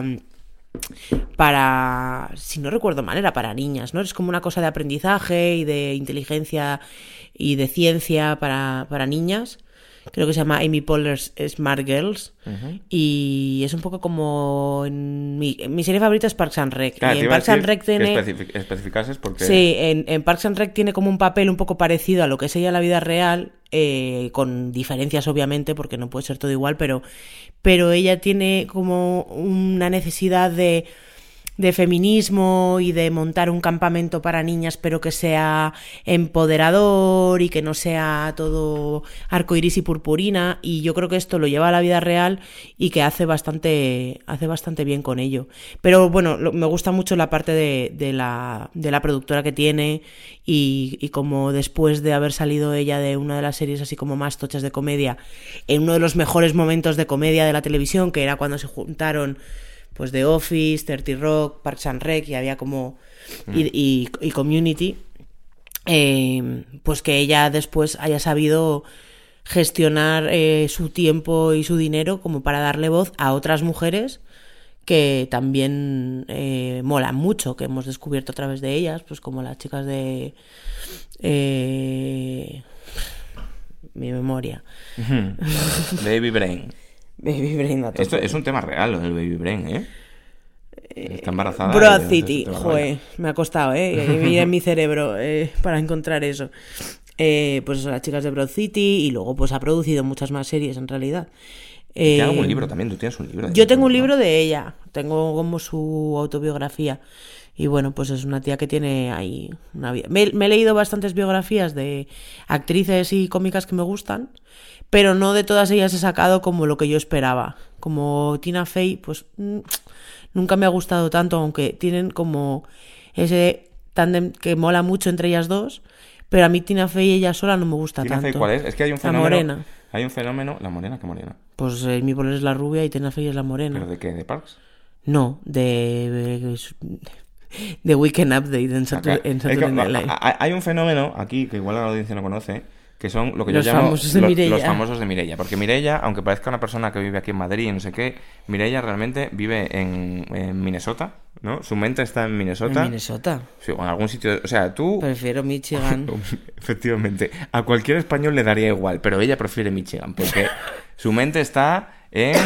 Speaker 2: si no recuerdo mal, era para niñas, ¿no? Es como una cosa de aprendizaje y de inteligencia y de ciencia para niñas. Creo que se llama Amy Poehler's Smart Girls. Y es un poco como mi serie favorita es Parks and Rec.
Speaker 1: Claro,
Speaker 2: y en Parks and Rec tiene... especificases porque... Sí, en Parks and Rec tiene como un papel un poco parecido a lo que es ella en la vida real, con diferencias obviamente, porque no puede ser todo igual, pero ella tiene como una necesidad de feminismo y de montar un campamento para niñas, pero que sea empoderador y que no sea todo arcoiris y purpurina, y yo creo que esto lo lleva a la vida real y que hace bastante bien con ello. Pero bueno, me gusta mucho la parte de la productora que tiene y como después de haber salido ella de una de las series así como más tochas de comedia, en uno de los mejores momentos de comedia de la televisión, que era cuando se juntaron pues The Office, 30 Rock, Parks and Rec, y había como y Community, pues que ella después haya sabido gestionar su tiempo y su dinero como para darle voz a otras mujeres que también molan mucho, que hemos descubierto a través de ellas, pues como las chicas de mi memoria.
Speaker 1: Baby Brain.
Speaker 2: Baby Brain.
Speaker 1: Esto es un tema real, lo del Baby Brain, ¿eh? Está embarazada.
Speaker 2: Broad City, joder, me ha costado, ir en mi cerebro para encontrar eso. Pues eso, las chicas de Broad City, y luego pues ha producido muchas más series en realidad.
Speaker 1: Tiene algún libro también, tú tienes un libro.
Speaker 2: Yo tengo un libro de ella, tengo como su autobiografía. Y bueno, pues es una tía que tiene ahí una vida. Me he leído bastantes biografías de actrices y cómicas que me gustan, pero no de todas ellas he sacado como lo que yo esperaba. Como Tina Fey, pues nunca me ha gustado tanto, aunque tienen como ese tándem que mola mucho entre ellas dos, pero a mí Tina Fey ella sola no me gusta
Speaker 1: ¿Tina
Speaker 2: tanto.
Speaker 1: Fey cuál es? Es que hay un fenómeno...
Speaker 2: La morena.
Speaker 1: Hay un fenómeno... ¿La morena? ¿Qué morena?
Speaker 2: Pues mi Poler es la rubia y Tina Fey es la morena.
Speaker 1: ¿Pero de qué? ¿De Parks?
Speaker 2: No, de Weekend Update en Saturday Night Live.
Speaker 1: Hay un fenómeno aquí que igual la audiencia no conoce, que son lo que yo
Speaker 2: Los
Speaker 1: llamo
Speaker 2: famosos de Mireia.
Speaker 1: los famosos de Mireia. Porque Mireia, aunque parezca una persona que vive aquí en Madrid y no sé qué, Mireia realmente vive en Minnesota, ¿no? Su mente está en Minnesota.
Speaker 2: ¿En Minnesota?
Speaker 1: Sí, o en algún sitio... O sea, tú...
Speaker 2: Prefiero Michigan.
Speaker 1: Efectivamente. A cualquier español le daría igual, pero ella prefiere Michigan, porque su mente está en...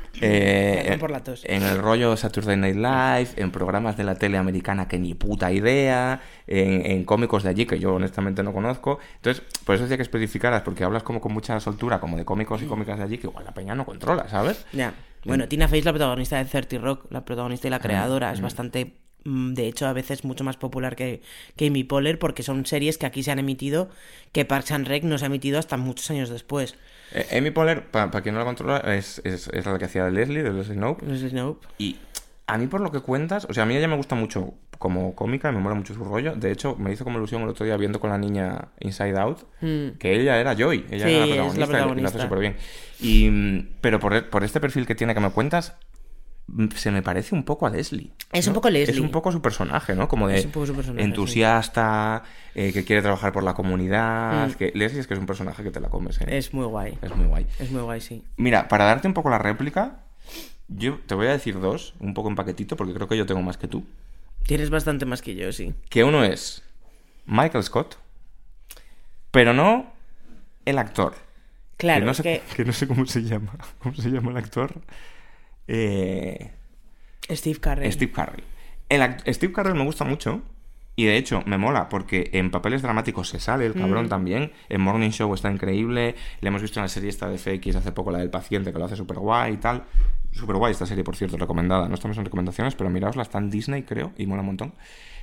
Speaker 2: por la tos.
Speaker 1: En el rollo Saturday Night Live, en programas de la tele americana que ni puta idea, en cómicos de allí que yo honestamente no conozco. Entonces, por eso decía que especificaras, porque hablas como con mucha soltura, como de cómicos y cómicas de allí, que igual la peña no controla, ¿sabes?
Speaker 2: Ya. Bueno, Tina Fey es la protagonista de 30 Rock, la protagonista y la creadora. Es bastante, de hecho, a veces mucho más popular que Amy Poehler, porque son series que aquí se han emitido, que Parks and Rec no se ha emitido hasta muchos años después.
Speaker 1: Amy Poehler, para quien no la controla, es la que hacía de Leslie Knope.
Speaker 2: Leslie Knope.
Speaker 1: Y a mí, por lo que cuentas, o sea, a mí ella me gusta mucho como cómica, me mola mucho su rollo. De hecho, me hizo como ilusión el otro día viendo con la niña Inside Out, que ella era Joy, ella
Speaker 2: sí,
Speaker 1: era
Speaker 2: es la protagonista.
Speaker 1: y lo hace súper bien. Pero por este perfil que tiene que me cuentas, se me parece un poco a Leslie.
Speaker 2: Es
Speaker 1: ¿no?
Speaker 2: un poco Leslie.
Speaker 1: Es un poco su personaje, ¿no? Como de
Speaker 2: es un poco su personaje,
Speaker 1: entusiasta, que quiere trabajar por la comunidad. Que Leslie es que es un personaje que te la comes, ¿eh?
Speaker 2: Es muy guay.
Speaker 1: Es muy guay.
Speaker 2: Es muy guay, sí.
Speaker 1: Mira, para darte un poco la réplica, yo te voy a decir dos, un poco en paquetito, porque creo que yo tengo más que tú.
Speaker 2: Tienes bastante más que yo, sí.
Speaker 1: Que uno es Michael Scott, pero no el actor.
Speaker 2: Claro,
Speaker 1: que no sé cómo se llama. ¿Cómo se llama el actor?
Speaker 2: Steve Carell.
Speaker 1: Steve Carell. Steve Carell me gusta mucho. Y de hecho me mola porque en papeles dramáticos se sale el cabrón también. En Morning Show está increíble. Le hemos visto en la serie esta de FX hace poco, la del paciente, que lo hace súper guay y tal. Súper guay esta serie, por cierto, recomendada. No estamos en recomendaciones, pero miraosla, está en Disney, creo, y mola un montón.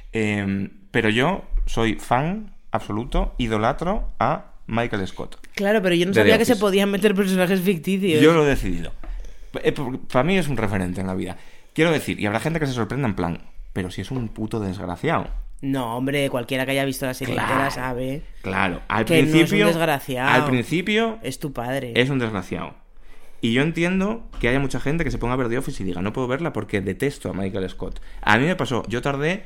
Speaker 1: Pero yo soy fan absoluto, idolatro a Michael Scott.
Speaker 2: Claro, pero yo no sabía que se podían meter personajes ficticios.
Speaker 1: Yo lo he decidido. Para mí es un referente en la vida. Quiero decir, y habrá gente que se sorprenda en plan, pero si es un puto desgraciado.
Speaker 2: No, hombre, cualquiera que haya visto la serie entera sabe.
Speaker 1: Claro,
Speaker 2: que no es un desgraciado.
Speaker 1: Al principio
Speaker 2: es tu padre.
Speaker 1: Es un desgraciado. Y yo entiendo que haya mucha gente que se ponga a ver The Office y diga, no puedo verla porque detesto a Michael Scott. A mí me pasó, yo tardé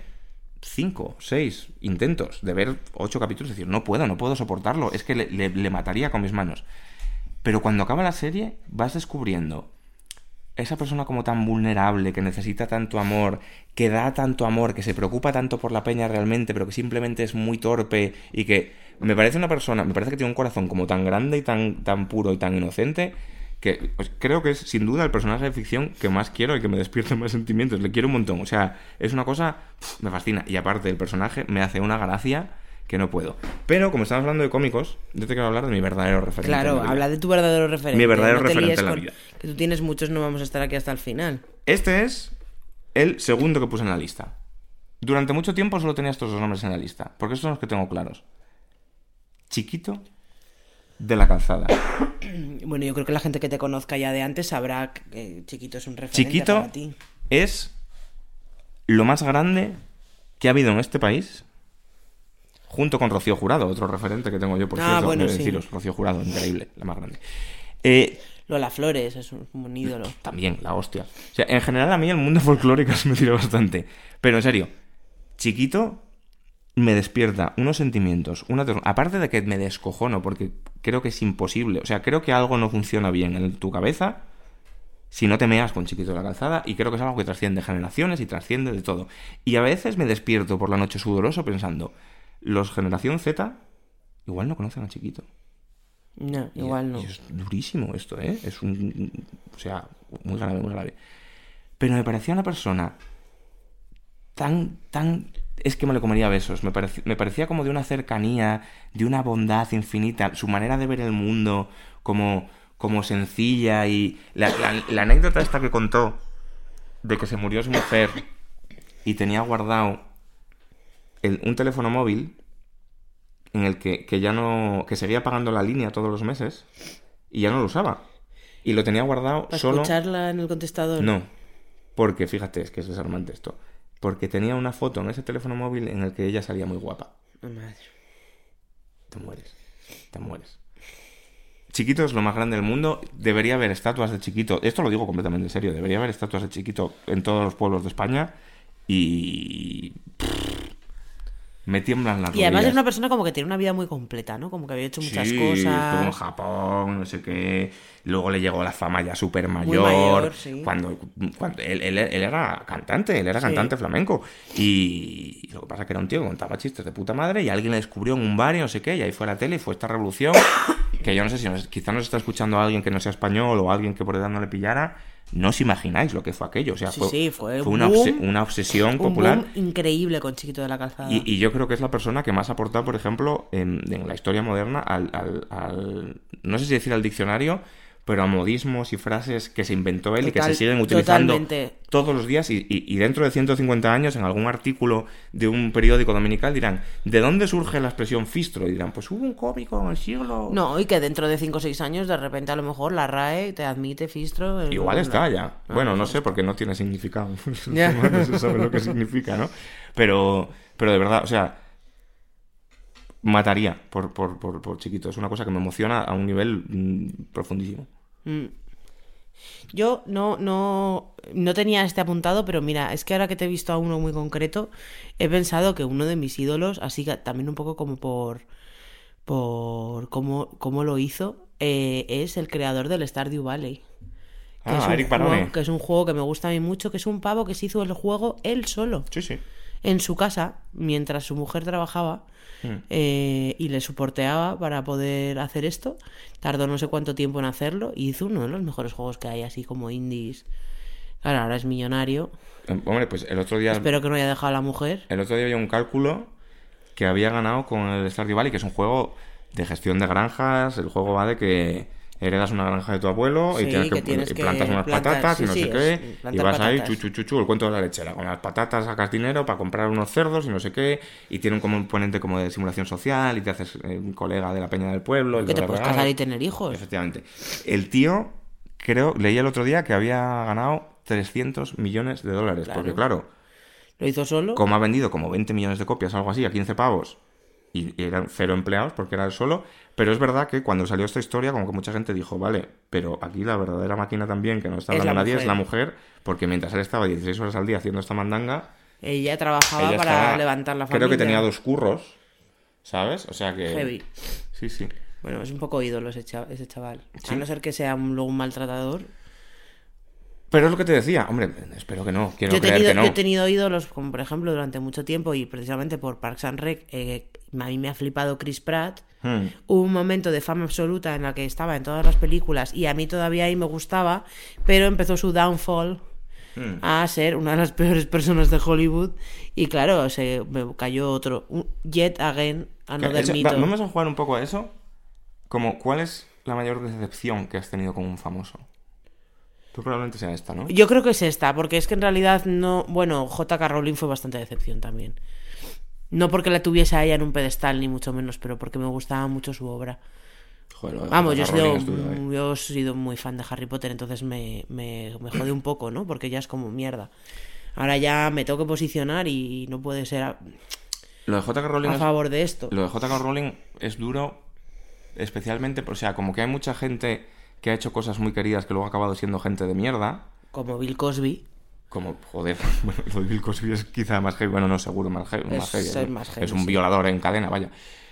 Speaker 1: 5, 6 intentos de ver 8 capítulos y decir, no puedo soportarlo, es que le mataría con mis manos. Pero cuando acaba la serie vas descubriendo esa persona como tan vulnerable, que necesita tanto amor, que da tanto amor, que se preocupa tanto por la peña realmente, pero que simplemente es muy torpe y que me parece que tiene un corazón como tan grande y tan puro y tan inocente, que pues, creo que es sin duda el personaje de ficción que más quiero y que me despierta más sentimientos. Le quiero un montón, o sea, es una cosa, me fascina. Y aparte el personaje me hace una gracia que no puedo. Pero como estamos hablando de cómicos, yo te quiero hablar de mi verdadero referente.
Speaker 2: Claro, habla de tu verdadero referente.
Speaker 1: Mi verdadero referente en la vida.
Speaker 2: Que tú tienes muchos, no vamos a estar aquí hasta el final.
Speaker 1: Este es el segundo que puse en la lista. Durante mucho tiempo solo tenía estos dos nombres en la lista, porque estos son los que tengo claros. Chiquito de la Calzada.
Speaker 2: Bueno, yo creo que la gente que te conozca ya de antes sabrá que Chiquito es un referente
Speaker 1: Chiquito
Speaker 2: para ti.
Speaker 1: Es lo más grande que ha habido en este país, junto con Rocío Jurado, otro referente que tengo yo, por cierto,
Speaker 2: bueno,
Speaker 1: de
Speaker 2: sí.
Speaker 1: deciros, Rocío Jurado, increíble, la más grande.
Speaker 2: Lola Flores es un ídolo.
Speaker 1: También, la hostia. O sea, en general a mí el mundo folclórico se me tira bastante. Pero en serio, Chiquito me despierta unos sentimientos, aparte de que me descojono, porque creo que es imposible. O sea, creo que algo no funciona bien en tu cabeza si no te meas con Chiquito de la Calzada, y creo que es algo que trasciende generaciones y trasciende de todo. Y a veces me despierto por la noche sudoroso pensando, los generación Z igual no conocen a Chiquito.
Speaker 2: No, igual no.
Speaker 1: Y es durísimo esto, ¿eh? O sea, muy grave, muy grave. Pero me parecía una persona tan... Es que me lo comería a besos. Me parecía como de una cercanía, de una bondad infinita. Su manera de ver el mundo como sencilla. Y la anécdota esta que contó de que se murió su mujer y tenía guardado un teléfono móvil en el que ya no... que seguía pagando la línea todos los meses y ya no lo usaba. Y lo tenía guardado
Speaker 2: ¿Para
Speaker 1: solo...
Speaker 2: escucharla en el contestador?
Speaker 1: No, porque fíjate, es que es desarmante esto. Porque tenía una foto en ese teléfono móvil en el que ella salía muy guapa.
Speaker 2: Oh, madre.
Speaker 1: Te mueres. Chiquito es lo más grande del mundo. Debería haber estatuas de Chiquito. Esto lo digo completamente en serio. Debería haber estatuas de Chiquito en todos los pueblos de España. Y... me tiemblan las rodillas.
Speaker 2: Y además es una persona como que tiene una vida muy completa, ¿no? Como que había hecho muchas cosas.
Speaker 1: Estuvo en Japón, no sé qué. Luego le llegó la fama ya súper
Speaker 2: Muy
Speaker 1: mayor.
Speaker 2: mayor, sí.
Speaker 1: Cuando él era cantante, cantante flamenco. Y lo que pasa es que era un tío que contaba chistes de puta madre y alguien le descubrió en un bar y no sé qué. Y ahí fue a la tele y fue esta revolución. Que yo no sé si quizá nos está escuchando alguien que no sea español o alguien que por edad no le pillara. No os imagináis lo que fue aquello. O sea, fue una obsesión popular.
Speaker 2: Un boom increíble con Chiquito de la Calzada.
Speaker 1: Y yo creo que es la persona que más ha aportado, por ejemplo, en la historia moderna al no sé si decir al diccionario, pero a modismos y frases que se inventó él y que se siguen utilizando todos los días. Y dentro de 150 años, en algún artículo de un periódico dominical dirán, ¿de dónde surge la expresión fistro? Y dirán, pues hubo un cómico en el siglo...
Speaker 2: No, y que dentro de 5 o 6 años, de repente, a lo mejor, la RAE te admite fistro.
Speaker 1: Igual está ya. Bueno, no sé, porque no tiene significado. No se sabe lo que significa, ¿no? Pero de verdad, o sea... mataría por Chiquito. Es una cosa que me emociona a un nivel profundísimo.
Speaker 2: Yo no tenía este apuntado, pero mira, es que ahora que te he visto a uno muy concreto, he pensado que uno de mis ídolos, así que también un poco como por cómo lo hizo, es el creador del Stardew Valley.
Speaker 1: Eric Barone.
Speaker 2: Que es un juego que me gusta a mí mucho, que es un pavo que se hizo el juego él solo.
Speaker 1: Sí.
Speaker 2: En su casa, mientras su mujer trabajaba y le soporteaba para poder hacer esto. Tardó no sé cuánto tiempo en hacerlo y hizo uno de los mejores juegos que hay, así como indies. Claro, ahora es millonario.
Speaker 1: Hombre, pues el otro día...
Speaker 2: Espero que no haya dejado a la mujer.
Speaker 1: El otro día había un cálculo que había ganado con el Stardew Valley, que es un juego de gestión de granjas. El juego va de que... heredas una granja de tu abuelo y tienes que plantas unas patatas y no sé qué, y vas ahí, el cuento de la lechera. Con las patatas sacas dinero para comprar unos cerdos y no sé qué, y tiene un componente como de simulación social y te haces un colega de la peña del pueblo.
Speaker 2: Que te puedes casar y tener hijos.
Speaker 1: Efectivamente. El tío, leí el otro día que había ganado $300 millones, claro. Porque claro,
Speaker 2: lo hizo solo.
Speaker 1: Como ha vendido como 20 millones de copias, algo así, a 15 pavos, y eran 0 empleados porque era él solo. Pero es verdad que cuando salió esta historia, como que mucha gente dijo, vale, pero aquí la verdadera máquina también, que no está hablando nadie, es la mujer, porque mientras él estaba 16 horas al día haciendo esta mandanga,
Speaker 2: ella trabajaba para levantar la familia.
Speaker 1: Creo que tenía 2 curros, ¿sabes? O sea que...
Speaker 2: Heavy.
Speaker 1: Sí.
Speaker 2: Bueno, es un poco ídolo ese chaval.
Speaker 1: ¿Sí?
Speaker 2: A no ser que sea luego un maltratador.
Speaker 1: Pero es lo que te decía, hombre, espero que no, quiero
Speaker 2: Yo
Speaker 1: creer
Speaker 2: he tenido ídolos, como por ejemplo durante mucho tiempo, y precisamente por Parks and Rec, a mí me ha flipado Chris Pratt. Hubo un momento de fama absoluta en la que estaba en todas las películas y a mí todavía ahí me gustaba, pero empezó su downfall a ser una de las peores personas de Hollywood y claro, me cayó otro Yet Again, Another Mito.
Speaker 1: Vamos a jugar un poco a eso, como ¿cuál es la mayor decepción que has tenido con un famoso? Pues probablemente sea esta, ¿no?
Speaker 2: Yo creo que es esta, porque es que en realidad no... Bueno, J.K. Rowling fue bastante decepción también. No porque la tuviese a ella en un pedestal, ni mucho menos, pero porque me gustaba mucho su obra.
Speaker 1: Joder,
Speaker 2: vamos, yo he sido muy fan de Harry Potter, entonces me jode un poco, ¿no? Porque ya es como mierda. Ahora ya me tengo que posicionar y no puede ser
Speaker 1: lo de J.K. Rowling
Speaker 2: a favor de esto.
Speaker 1: Lo de J.K. Rowling es duro, especialmente, o sea, como que hay mucha gente que ha hecho cosas muy queridas que luego ha acabado siendo gente de mierda.
Speaker 2: Como Bill Cosby.
Speaker 1: Bueno, lo de Bill Cosby es quizá más heavy. Bueno, no, seguro más heavy. Es un violador en cadena, vaya.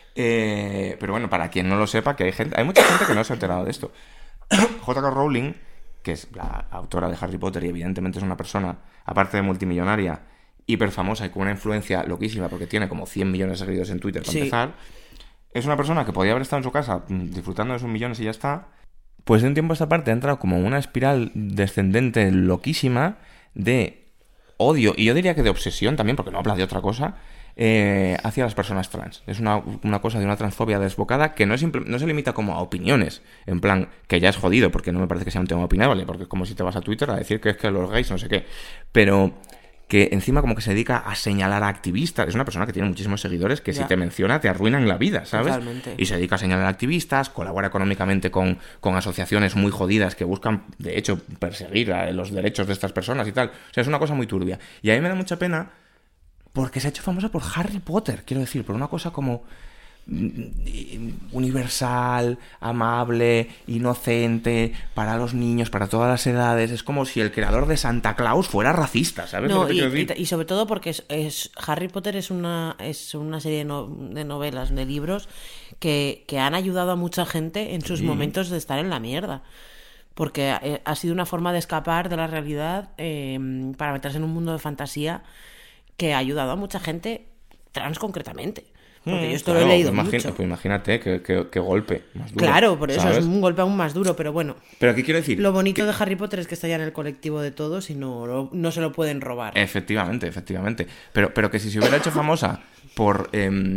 Speaker 1: Pero bueno, para quien no lo sepa, que hay mucha gente que no se ha enterado de esto. J.K. Rowling, que es la autora de Harry Potter y evidentemente es una persona, aparte de multimillonaria, hiper famosa y con una influencia loquísima porque tiene como 100 millones de seguidores en Twitter para empezar, es una persona que podía haber estado en su casa disfrutando de sus millones y ya está. Pues de un tiempo a esta parte ha entrado como una espiral descendente loquísima de odio, y yo diría que de obsesión también, porque no habla de otra cosa, hacia las personas trans. Es una cosa de una transfobia desbocada que no se limita como a opiniones, en plan, que ya es jodido, porque no me parece que sea un tema opinable, porque es como si te vas a Twitter a decir que es que los gays no sé qué. Pero que encima como que se dedica a señalar a activistas. Es una persona que tiene muchísimos seguidores que si te menciona te arruinan la vida, ¿sabes?
Speaker 2: Totalmente.
Speaker 1: Y se dedica a señalar a activistas, colabora económicamente con asociaciones muy jodidas que buscan, de hecho, perseguir los derechos de estas personas y tal. O sea, es una cosa muy turbia. Y a mí me da mucha pena porque se ha hecho famosa por Harry Potter, quiero decir, por una cosa como universal, amable, inocente, para los niños, para todas las edades. Es como si el creador de Santa Claus fuera racista, ¿sabes?
Speaker 2: No,
Speaker 1: lo que te quiero decir?
Speaker 2: y sobre todo porque Harry Potter es una serie de novelas, de libros que han ayudado a mucha gente en sus momentos de estar en la mierda. Porque ha sido una forma de escapar de la realidad para meterse en un mundo de fantasía que ha ayudado a mucha gente trans concretamente. Porque yo esto lo he leído mucho.
Speaker 1: Pues imagínate qué golpe más duro.
Speaker 2: Claro, por eso
Speaker 1: ¿sabes?
Speaker 2: es un golpe aún más duro, pero bueno.
Speaker 1: Pero ¿qué quiero decir?
Speaker 2: Lo bonito de Harry Potter es que está ya en el colectivo de todos y no se lo pueden robar.
Speaker 1: Efectivamente. Pero que si se hubiera hecho famosa por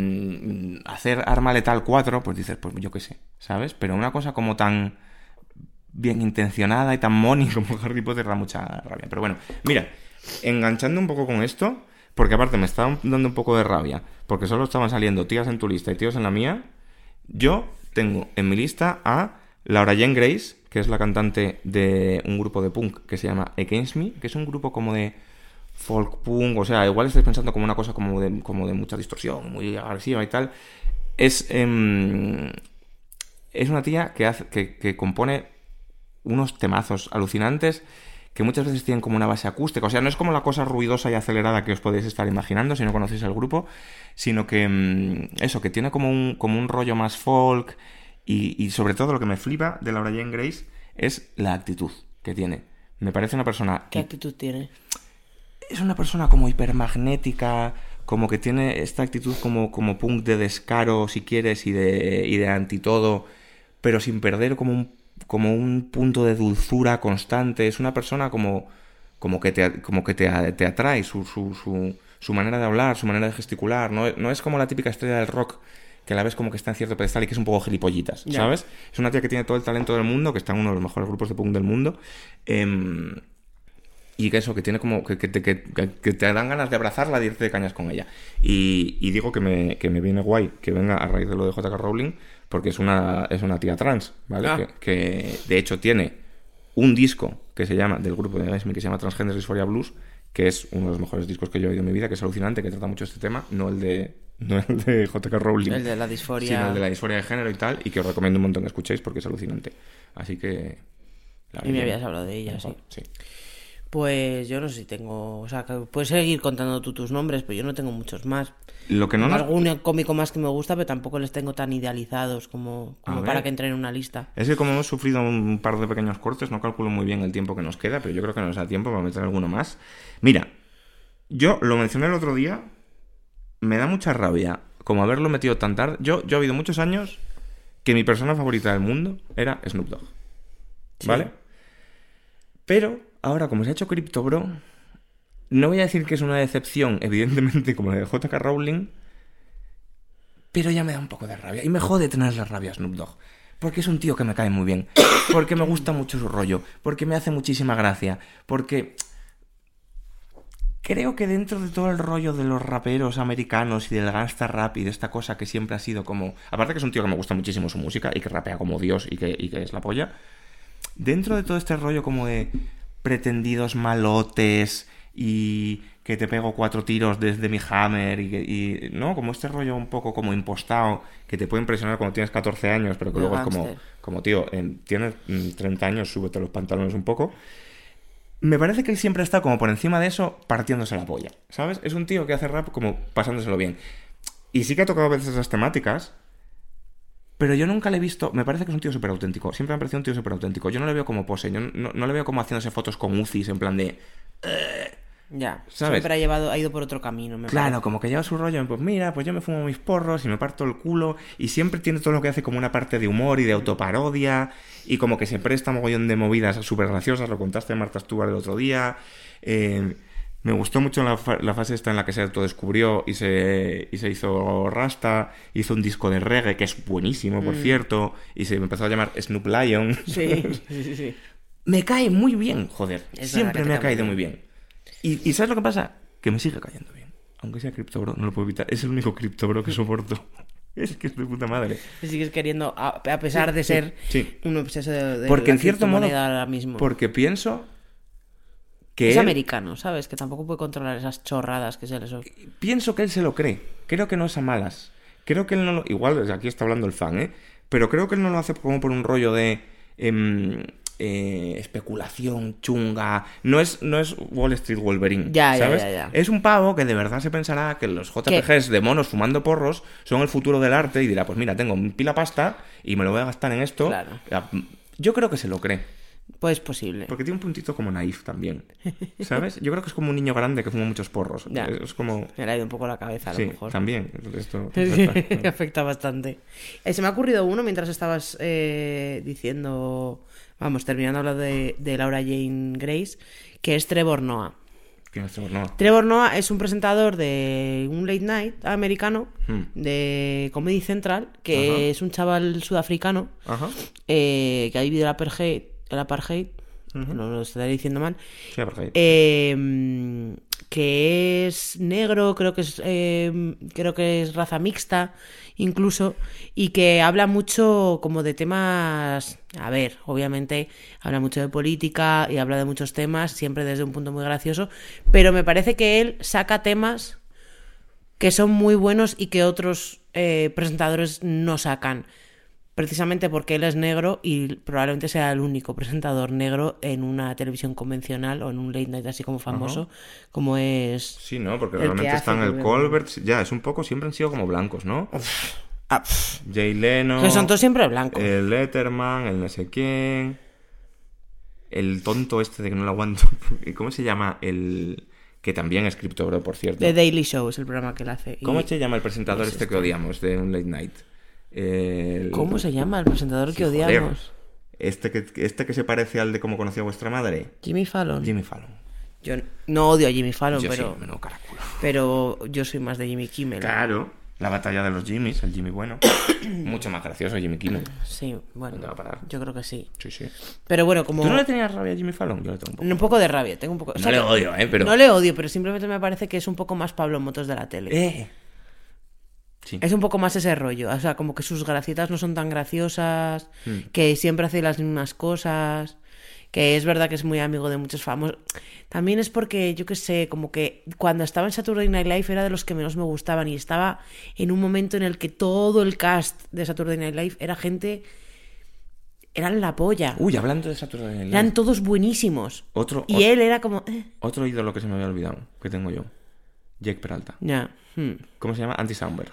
Speaker 1: hacer Arma Letal 4, pues dices, pues yo qué sé, ¿sabes? Pero una cosa como tan bien intencionada y tan money como Harry Potter da mucha rabia. Pero bueno, mira, enganchando un poco con esto... Porque aparte me está dando un poco de rabia, porque solo estaban saliendo tías en tu lista y tíos en la mía. Yo tengo en mi lista a Laura Jane Grace, que es la cantante de un grupo de punk que se llama Against Me, que es un grupo como de folk punk, o sea, igual estáis pensando como una cosa como de mucha distorsión, muy agresiva y tal. Es una tía que compone unos temazos alucinantes que muchas veces tienen como una base acústica. O sea, no es como la cosa ruidosa y acelerada que os podéis estar imaginando si no conocéis el grupo, sino que que tiene como un rollo más folk y sobre todo lo que me flipa de Laura Jane Grace es la actitud que tiene. Me parece una persona...
Speaker 2: ¿Qué actitud tiene?
Speaker 1: Es una persona como hipermagnética, como que tiene esta actitud como punk de descaro, si quieres, y de antitodo, pero sin perder como un punto de dulzura constante. Es una persona como que te atrae su manera de hablar, su manera de gesticular. No es como la típica estrella del rock que la ves como que está en cierto pedestal y que es un poco gilipollitas, ¿sabes? Es una tía que tiene todo el talento del mundo, que está en uno de los mejores grupos de punk del mundo, y que eso, que tiene como que te dan ganas de abrazarla, de irte de cañas con ella. Y digo que me viene guay que venga a raíz de lo de J.K. Rowling, porque es una tía trans, ¿vale? Que de hecho tiene un disco que se llama, del grupo de Against Me, que se llama Transgender Dysphoria Blues, que es uno de los mejores discos que yo he oído en mi vida, que es alucinante, que trata mucho este tema, no el de J.K. Rowling,
Speaker 2: el de la disforia,
Speaker 1: sino el de la disforia de género y tal, y que os recomiendo un montón que escuchéis porque es alucinante. Así que...
Speaker 2: Y me habías hablado de ella, sí. Pues yo no sé si tengo... O sea, que puedes seguir contando tú tus nombres, pero yo no tengo muchos más.
Speaker 1: Lo que no
Speaker 2: algún cómico más que me gusta, pero tampoco les tengo tan idealizados como para que entren en una lista.
Speaker 1: Es que como hemos sufrido un par de pequeños cortes, no calculo muy bien el tiempo que nos queda, pero yo creo que nos da tiempo para meter alguno más. Mira, yo lo mencioné el otro día, me da mucha rabia como haberlo metido tan tarde. Yo he habido muchos años que mi persona favorita del mundo era Snoop Dogg, ¿vale? Sí. Pero ahora, como se ha hecho Crypto Bro, no voy a decir que es una decepción, evidentemente, como la de J.K. Rowling, pero ya me da un poco de rabia. Y me jode tener la rabia a Snoop Dogg, porque es un tío que me cae muy bien, porque me gusta mucho su rollo, porque me hace muchísima gracia, porque creo que dentro de todo el rollo de los raperos americanos y del gangsta rap y de esta cosa que siempre ha sido como... Aparte que es un tío que me gusta muchísimo su música y que rapea como Dios y que es la polla. Dentro de todo este rollo como de pretendidos malotes y que te pego 4 tiros desde mi Hammer y ¿no? Como este rollo un poco como impostado que te puede impresionar cuando tienes 14 años, pero que luego es como tío, tienes 30 años, súbete los pantalones un poco. Me parece que él siempre está como por encima de eso, partiéndose la polla, ¿sabes? Es un tío que hace rap como pasándoselo bien. Y sí que ha tocado a veces esas temáticas, pero yo nunca le he visto... Me parece que es un tío súper auténtico. Siempre me ha parecido un tío súper auténtico. Yo no le veo como pose. Yo no le veo como haciéndose fotos con UCIs en plan de...
Speaker 2: Ya,
Speaker 1: ¿sabes?
Speaker 2: Siempre ha ido por otro camino.
Speaker 1: Claro,
Speaker 2: parece.
Speaker 1: Como que lleva su rollo. Pues mira, pues yo me fumo mis porros y me parto el culo. Y siempre tiene todo lo que hace como una parte de humor y de autoparodia. Y como que se presta mogollón de movidas súper graciosas. Lo contaste a Marta Stewart el otro día. Me gustó mucho la fase esta en la que se autodescubrió y se hizo rasta, hizo un disco de reggae que es buenísimo, por cierto, y se empezó a llamar Snoop Lion.
Speaker 2: Sí.
Speaker 1: Me cae muy bien, joder. Siempre me ha caído muy bien. Y ¿sabes lo que pasa? que me sigue cayendo bien. Aunque sea CryptoBro, no lo puedo evitar. Es el único CryptoBro que soporto. Es que es de puta madre.
Speaker 2: Te sigues queriendo, a pesar de ser un obseso de
Speaker 1: porque
Speaker 2: la
Speaker 1: en cierto modo,
Speaker 2: ahora mismo.
Speaker 1: Porque pienso que
Speaker 2: es
Speaker 1: él,
Speaker 2: americano, ¿sabes? Que tampoco puede controlar esas chorradas que se les...
Speaker 1: Pienso que él se lo cree. Creo que no es a malas. Creo que él no lo... Igual, aquí está hablando el fan, ¿eh? Pero creo que él no lo hace como por un rollo de... especulación chunga. No es Wall Street Wolverine, ¿sabes?
Speaker 2: Ya.
Speaker 1: Es un pavo que de verdad se pensará que los JPGs de monos fumando porros son el futuro del arte y dirá, pues mira, tengo pila pasta y me lo voy a gastar en esto.
Speaker 2: Claro.
Speaker 1: Yo creo que se lo cree.
Speaker 2: Pues posible.
Speaker 1: Porque tiene un puntito como naif también, ¿sabes? Yo creo que es como un niño grande que fuma muchos porros.
Speaker 2: Ya.
Speaker 1: Es como...
Speaker 2: Me le ha ido un poco la cabeza, a lo mejor.
Speaker 1: También. Esto
Speaker 2: afecta bastante. Se me ha ocurrido uno mientras estabas diciendo... Vamos, terminando hablando de Laura Jane Grace, que es Trevor Noah.
Speaker 1: ¿Quién es Trevor Noah?
Speaker 2: Trevor Noah es un presentador de un late night americano de Comedy Central, que es un chaval sudafricano que ha vivido el apartheid, no lo estaré diciendo mal,
Speaker 1: sí, apartheid.
Speaker 2: Que es negro, creo que es raza mixta incluso, y que habla mucho como de temas, a ver, obviamente habla mucho de política y habla de muchos temas, siempre desde un punto muy gracioso, pero me parece que él saca temas que son muy buenos y que otros presentadores no sacan, precisamente porque él es negro y probablemente sea el único presentador negro en una televisión convencional o en un late night así como famoso, como es...
Speaker 1: Sí, ¿no? Porque realmente están el Colbert... Ya, es un poco... Siempre han sido como blancos, ¿no? Jay Leno...
Speaker 2: Que son todos siempre blancos.
Speaker 1: El Letterman, el no sé quién... El tonto este de que no lo aguanto... ¿Cómo se llama? El... Que también es CryptoBro, por cierto.
Speaker 2: The Daily Show es el programa que él hace.
Speaker 1: ¿Cómo se llama el presentador este que odiamos de un late night?
Speaker 2: ¿Cómo se llama el presentador que odiamos?
Speaker 1: Este que se parece al de Cómo conocí a vuestra madre.
Speaker 2: Jimmy Fallon.
Speaker 1: Yo
Speaker 2: no odio a Jimmy Fallon,
Speaker 1: sí,
Speaker 2: pero...
Speaker 1: caraculo.
Speaker 2: Pero yo soy más de Jimmy Kimmel.
Speaker 1: Claro. La batalla de los Jimmys, el Jimmy bueno. Mucho más gracioso Jimmy Kimmel.
Speaker 2: Sí, bueno.
Speaker 1: ¿Dónde va a parar?
Speaker 2: Yo creo que sí.
Speaker 1: Sí.
Speaker 2: Pero bueno, como...
Speaker 1: ¿Tú no le tenías rabia a Jimmy Fallon? Yo le tengo un poco.
Speaker 2: Un poco de rabia, tengo un poco...
Speaker 1: No le odio, pero...
Speaker 2: No le odio, pero simplemente me parece que es un poco más Pablo Motos de la tele.
Speaker 1: Sí.
Speaker 2: Es un poco más ese rollo, o sea, como que sus gracietas no son tan graciosas, que siempre hace las mismas cosas, que es verdad que es muy amigo de muchos famosos. También es porque, yo qué sé, como que cuando estaba en Saturday Night Live era de los que menos me gustaban y estaba en un momento en el que todo el cast de Saturday Night Live era gente... Eran la polla.
Speaker 1: Uy, hablando de Saturday Night Live.
Speaker 2: Eran todos buenísimos. Él era como...
Speaker 1: Otro ídolo que se me había olvidado, que tengo yo. Jake Peralta.
Speaker 2: Ya.
Speaker 1: ¿Cómo se llama? Andy Samberg.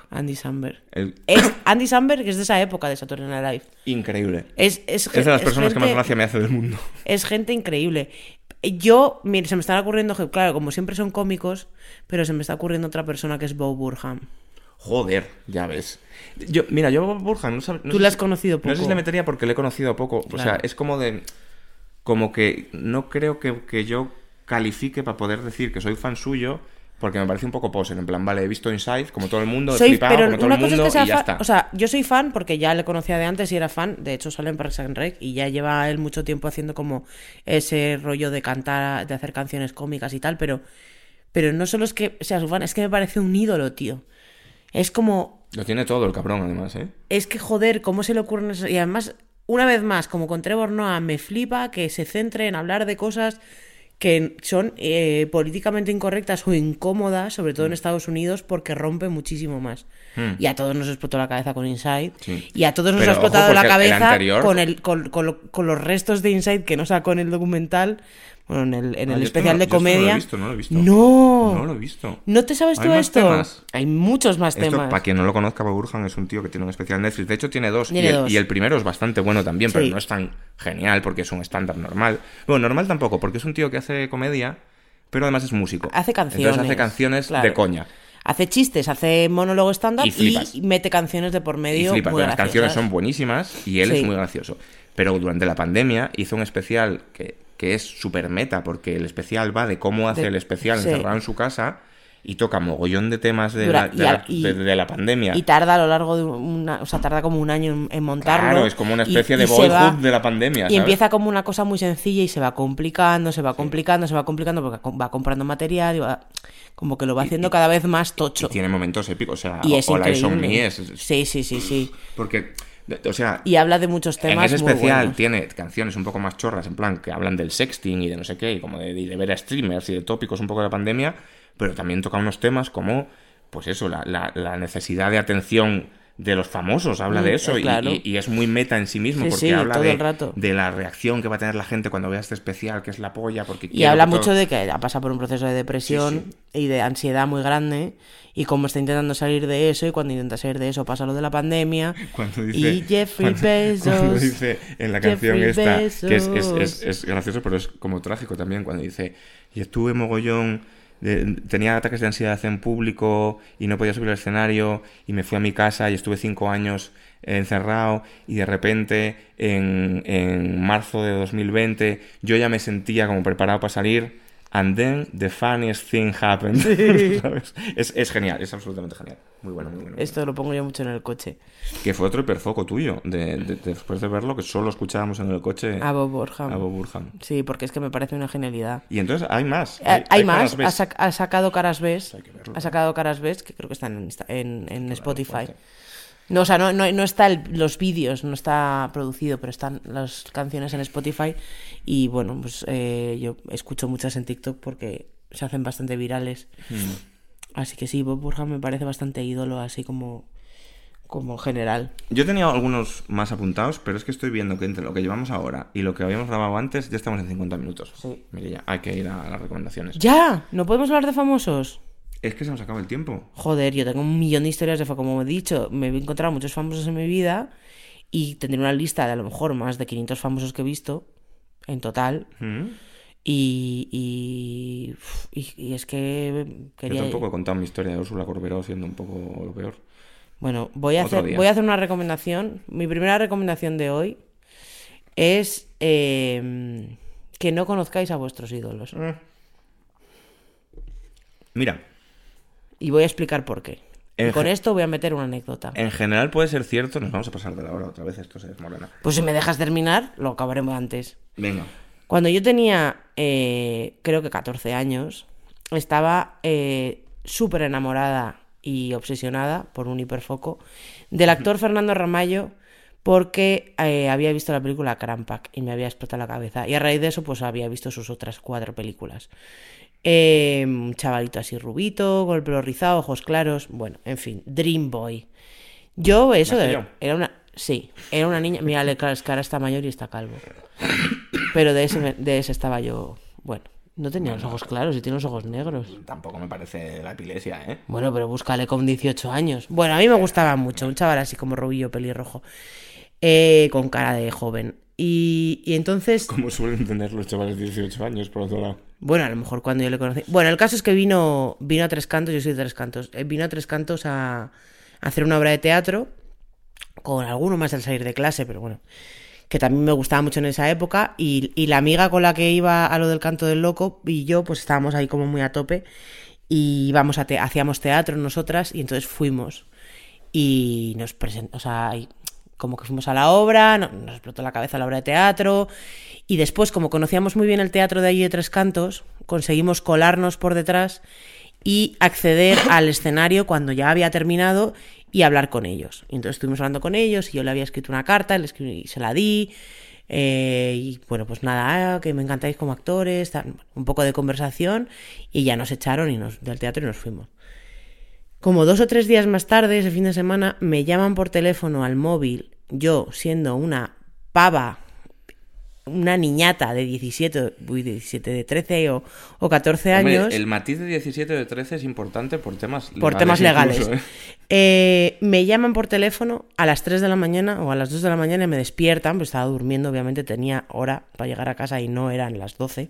Speaker 2: Es Andy Samberg, que es de esa época de Saturday Night Live.
Speaker 1: Increíble.
Speaker 2: Es
Speaker 1: de las personas que más gracia me hace del mundo.
Speaker 2: Es gente increíble. Mira, se me están ocurriendo, claro, como siempre son cómicos, pero se me está ocurriendo otra persona que es Bo Burnham.
Speaker 1: Joder, ya ves. Yo Bo Burnham,
Speaker 2: tú le has conocido poco.
Speaker 1: No sé si le metería porque le he conocido poco.
Speaker 2: Claro.
Speaker 1: O sea, es como que no creo que yo califique para poder decir que soy fan suyo. Porque me parece un poco poser, en plan, vale, he visto Inside, como todo el mundo, he flipado,
Speaker 2: pero
Speaker 1: como todo el mundo,
Speaker 2: es que
Speaker 1: y ya está.
Speaker 2: O sea, yo soy fan porque ya le conocía de antes y era fan, de hecho sale en Parks and Rec y ya lleva él mucho tiempo haciendo como ese rollo de cantar, de hacer canciones cómicas y tal, pero no solo es que sea su fan, es que me parece un ídolo, tío. Es como...
Speaker 1: Lo tiene todo el cabrón, además, ¿eh?
Speaker 2: Es que, joder, ¿cómo se le ocurren esas... Y además, una vez más, como con Trevor Noah, me flipa que se centre en hablar de cosas... que son políticamente incorrectas o incómodas, sobre todo en Estados Unidos, porque rompe muchísimo más. Y a todos nos explotó la cabeza con Inside.
Speaker 1: Sí.
Speaker 2: Y a todos nos ha explotado la cabeza con los restos de Inside que no sacó en el documental, bueno, en el especial de comedia.
Speaker 1: No lo he visto.
Speaker 2: No
Speaker 1: lo he visto.
Speaker 2: ¿No te sabes tú esto?
Speaker 1: Temas?
Speaker 2: Hay muchos más temas.
Speaker 1: Para quien no lo conozca, Bob Burhan es un tío que tiene un especial en Netflix. De hecho, tiene dos.
Speaker 2: Y
Speaker 1: el primero es bastante bueno también, pero no es tan genial porque es un estándar normal. Bueno, normal tampoco, porque es un tío que hace comedia, pero además es músico.
Speaker 2: Hace canciones.
Speaker 1: Entonces hace canciones de coña.
Speaker 2: Hace chistes, hace monólogo estándar y mete canciones de por medio.
Speaker 1: Y flipas, las canciones son buenísimas y él es muy gracioso. Pero durante la pandemia hizo un especial que es súper meta, porque el especial va de cómo hace el especial encerrado en su casa, y toca mogollón de temas de la pandemia.
Speaker 2: Y tarda a lo largo de tarda como un año en montarlo.
Speaker 1: Claro, es como una especie de Boyhood de la pandemia, ¿sabes?
Speaker 2: Y empieza como una cosa muy sencilla y se va complicando, porque va comprando material y como que lo va haciendo cada vez más tocho.
Speaker 1: Y tiene momentos épicos, o sea,
Speaker 2: y es
Speaker 1: All Eyes on
Speaker 2: increíble.
Speaker 1: Me
Speaker 2: Sí.
Speaker 1: Porque, o sea...
Speaker 2: Y habla de muchos temas
Speaker 1: en ese especial
Speaker 2: muy buenos.
Speaker 1: tiene canciones un poco más chorras, en plan, que hablan del sexting y de no sé qué, y como de ver a streamers y de tópicos un poco de la pandemia, pero también toca unos temas como, pues eso, la necesidad de atención de los famosos, habla de eso,
Speaker 2: claro.
Speaker 1: y es muy meta en sí mismo, porque habla
Speaker 2: todo el rato.
Speaker 1: de la reacción que va a tener la gente cuando vea este especial, que es la polla, porque
Speaker 2: y habla mucho de que ha pasado por un proceso de depresión y de ansiedad muy grande, y cómo está intentando salir de eso, y cuando intenta salir de eso pasa lo de la pandemia.
Speaker 1: Cuando dice,
Speaker 2: y Jeffrey Bezos.
Speaker 1: Cuando dice en la canción esta,
Speaker 2: Bezos.
Speaker 1: que es gracioso, pero es como trágico también, cuando dice, y estuve mogollón... tenía ataques de ansiedad en público y no podía subir al escenario y me fui a mi casa y estuve 5 años encerrado y de repente en marzo de 2020 yo ya me sentía como preparado para salir and then the funniest thing happened. ¿Sabes? Es genial, es absolutamente genial. Muy bueno.
Speaker 2: Esto lo pongo yo mucho en el coche.
Speaker 1: Que fue otro hiperfoco tuyo, después de verlo, que solo escuchábamos en el coche
Speaker 2: a Bob Burnham. Sí, porque es que me parece una genialidad.
Speaker 1: Y entonces hay más.
Speaker 2: Hay más. Ha sacado Caras Best.
Speaker 1: Verlo,
Speaker 2: ha sacado Caras Best, que creo que están en Spotify. No, o sea, no está los vídeos, no está producido, pero están las canciones en Spotify. Y bueno, pues yo escucho muchas en TikTok porque se hacen bastante virales. Así que sí, Bob Burnham me parece bastante ídolo, así como general.
Speaker 1: Yo tenía algunos más apuntados, pero es que estoy viendo que entre lo que llevamos ahora y lo que habíamos grabado antes ya estamos en 50 minutos.
Speaker 2: Sí.
Speaker 1: Mire, ya hay que ir a las recomendaciones.
Speaker 2: ¡Ya! ¿No podemos hablar de famosos?
Speaker 1: Es que se nos acaba el tiempo.
Speaker 2: Joder, yo tengo un millón de historias de como he dicho, me he encontrado muchos famosos en mi vida y tendré una lista de a lo mejor más de 500 famosos que he visto en total. Y es que quería...
Speaker 1: Yo tampoco he contado mi historia de Úrsula Corberó siendo un poco lo peor.
Speaker 2: Bueno, voy a hacer una recomendación. Mi primera recomendación de hoy es que no conozcáis a vuestros ídolos.
Speaker 1: Mira.
Speaker 2: Y voy a explicar por qué. Y con esto voy a meter una anécdota.
Speaker 1: En general puede ser cierto, nos vamos a pasar de la hora otra vez, esto se desmorona.
Speaker 2: Pues si me dejas terminar, lo acabaremos antes.
Speaker 1: Venga.
Speaker 2: Cuando yo tenía, creo que 14 años, estaba súper enamorada y obsesionada por un hiperfoco del actor Fernando Ramallo, porque había visto la película Crampac y me había explotado la cabeza. Y a raíz de eso, pues había visto sus otras 4 películas. Un chavalito así rubito, con el pelo rizado, ojos claros, bueno, en fin, Dream Boy. Yo era una niña, mírale, claro, es que ahora está mayor y está calvo. Pero de ese estaba yo, bueno, no tenía los ojos claros y tiene los ojos negros.
Speaker 1: Tampoco me parece la epilepsia, ¿eh?
Speaker 2: Bueno, pero búscale con 18 años. Bueno, a mí me gustaba mucho, un chaval así como rubillo, pelirrojo, con cara de joven. Y entonces...
Speaker 1: Como suelen tener los chavales de 18 años, por otro lado.
Speaker 2: Bueno, a lo mejor cuando yo le conocí... Bueno, el caso es que vino a Tres Cantos, yo soy de Tres Cantos, vino a Tres Cantos a hacer una obra de teatro, con alguno más al salir de clase, pero bueno, que también me gustaba mucho en esa época, y la amiga con la que iba a lo del Canto del Loco y yo, pues estábamos ahí como muy a tope, y hacíamos teatro nosotras, y entonces fuimos, y nos presentamos, o sea... como que fuimos a la obra, nos explotó la cabeza la obra de teatro, y después, como conocíamos muy bien el teatro de allí de Tres Cantos, conseguimos colarnos por detrás y acceder al escenario cuando ya había terminado y hablar con ellos. Y entonces estuvimos hablando con ellos y yo le había escrito una carta, le escribí y se la di, y bueno, pues nada, que me encantáis como actores, un poco de conversación, y ya nos echaron del teatro y nos fuimos. Como 2 o 3 días más tarde, ese fin de semana, me llaman por teléfono al móvil, yo siendo una pava, una niñata de 13 o 14 años...
Speaker 1: Hombre, el matiz de 17 o de 13 es importante por temas
Speaker 2: legales.
Speaker 1: Incluso,
Speaker 2: me llaman por teléfono a las 3 de la mañana o a las 2 de la mañana y me despiertan, pues estaba durmiendo, obviamente tenía hora para llegar a casa y no eran las 12.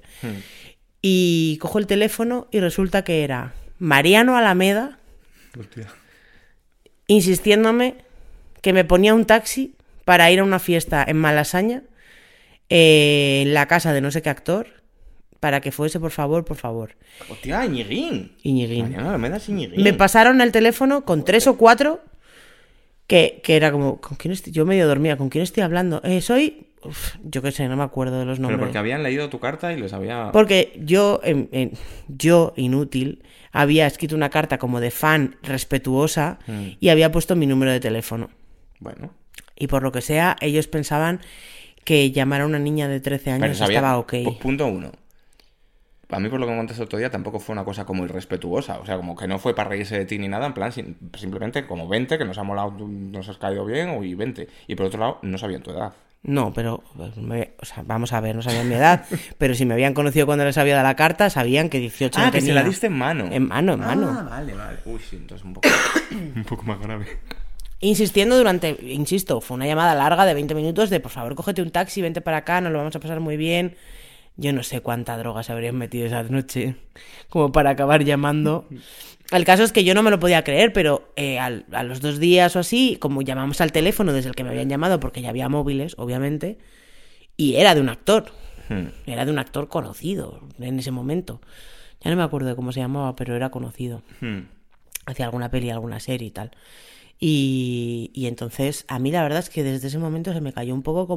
Speaker 2: Y cojo el teléfono y resulta que era Mariano Alameda...
Speaker 1: Hostia.
Speaker 2: Insistiéndome que me ponía un taxi para ir a una fiesta en Malasaña, en la casa de no sé qué actor, para que fuese, por favor.
Speaker 1: Hostia, Iñiguín. Mariano, me das Iñiguín.
Speaker 2: Me pasaron el teléfono con 3 o 4 que era como, ¿con quién estoy? Yo medio dormía, ¿con quién estoy hablando? Soy... yo qué sé, no me acuerdo de los nombres.
Speaker 1: Pero porque habían leído tu carta y les había...
Speaker 2: Porque yo, yo, inútil, había escrito una carta como de fan respetuosa y había puesto mi número de teléfono.
Speaker 1: Bueno.
Speaker 2: Y por lo que sea, ellos pensaban que llamar a una niña de 13 años estaba ok.
Speaker 1: Punto 1. A mí, por lo que me contaste otro día, tampoco fue una cosa como irrespetuosa. O sea, como que no fue para reírse de ti ni nada. En plan, simplemente como vente, que nos ha molado, nos has caído bien, y vente. Y por otro lado, no sabían tu edad.
Speaker 2: No, pero, o sea, vamos a ver, no sabían mi edad. Pero si me habían conocido cuando les había dado la carta, sabían que 18 no tenía.
Speaker 1: Que se la diste en mano.
Speaker 2: En mano.
Speaker 1: Ah, vale. Uy, sí, entonces un poco más grave.
Speaker 2: Insistiendo insisto, fue una llamada larga de 20 minutos de, por favor, cógete un taxi, vente para acá, nos lo vamos a pasar muy bien. Yo no sé cuánta droga se habrían metido esa noche como para acabar llamando. El caso es que yo no me lo podía creer, pero a los 2 días o así, como llamamos al teléfono desde el que me habían llamado, porque ya había móviles, obviamente, y era de un actor. Era de un actor conocido en ese momento. Ya no me acuerdo de cómo se llamaba, pero era conocido. Hacía alguna peli, alguna serie y tal. Y entonces, a mí la verdad es que desde ese momento se me cayó un poco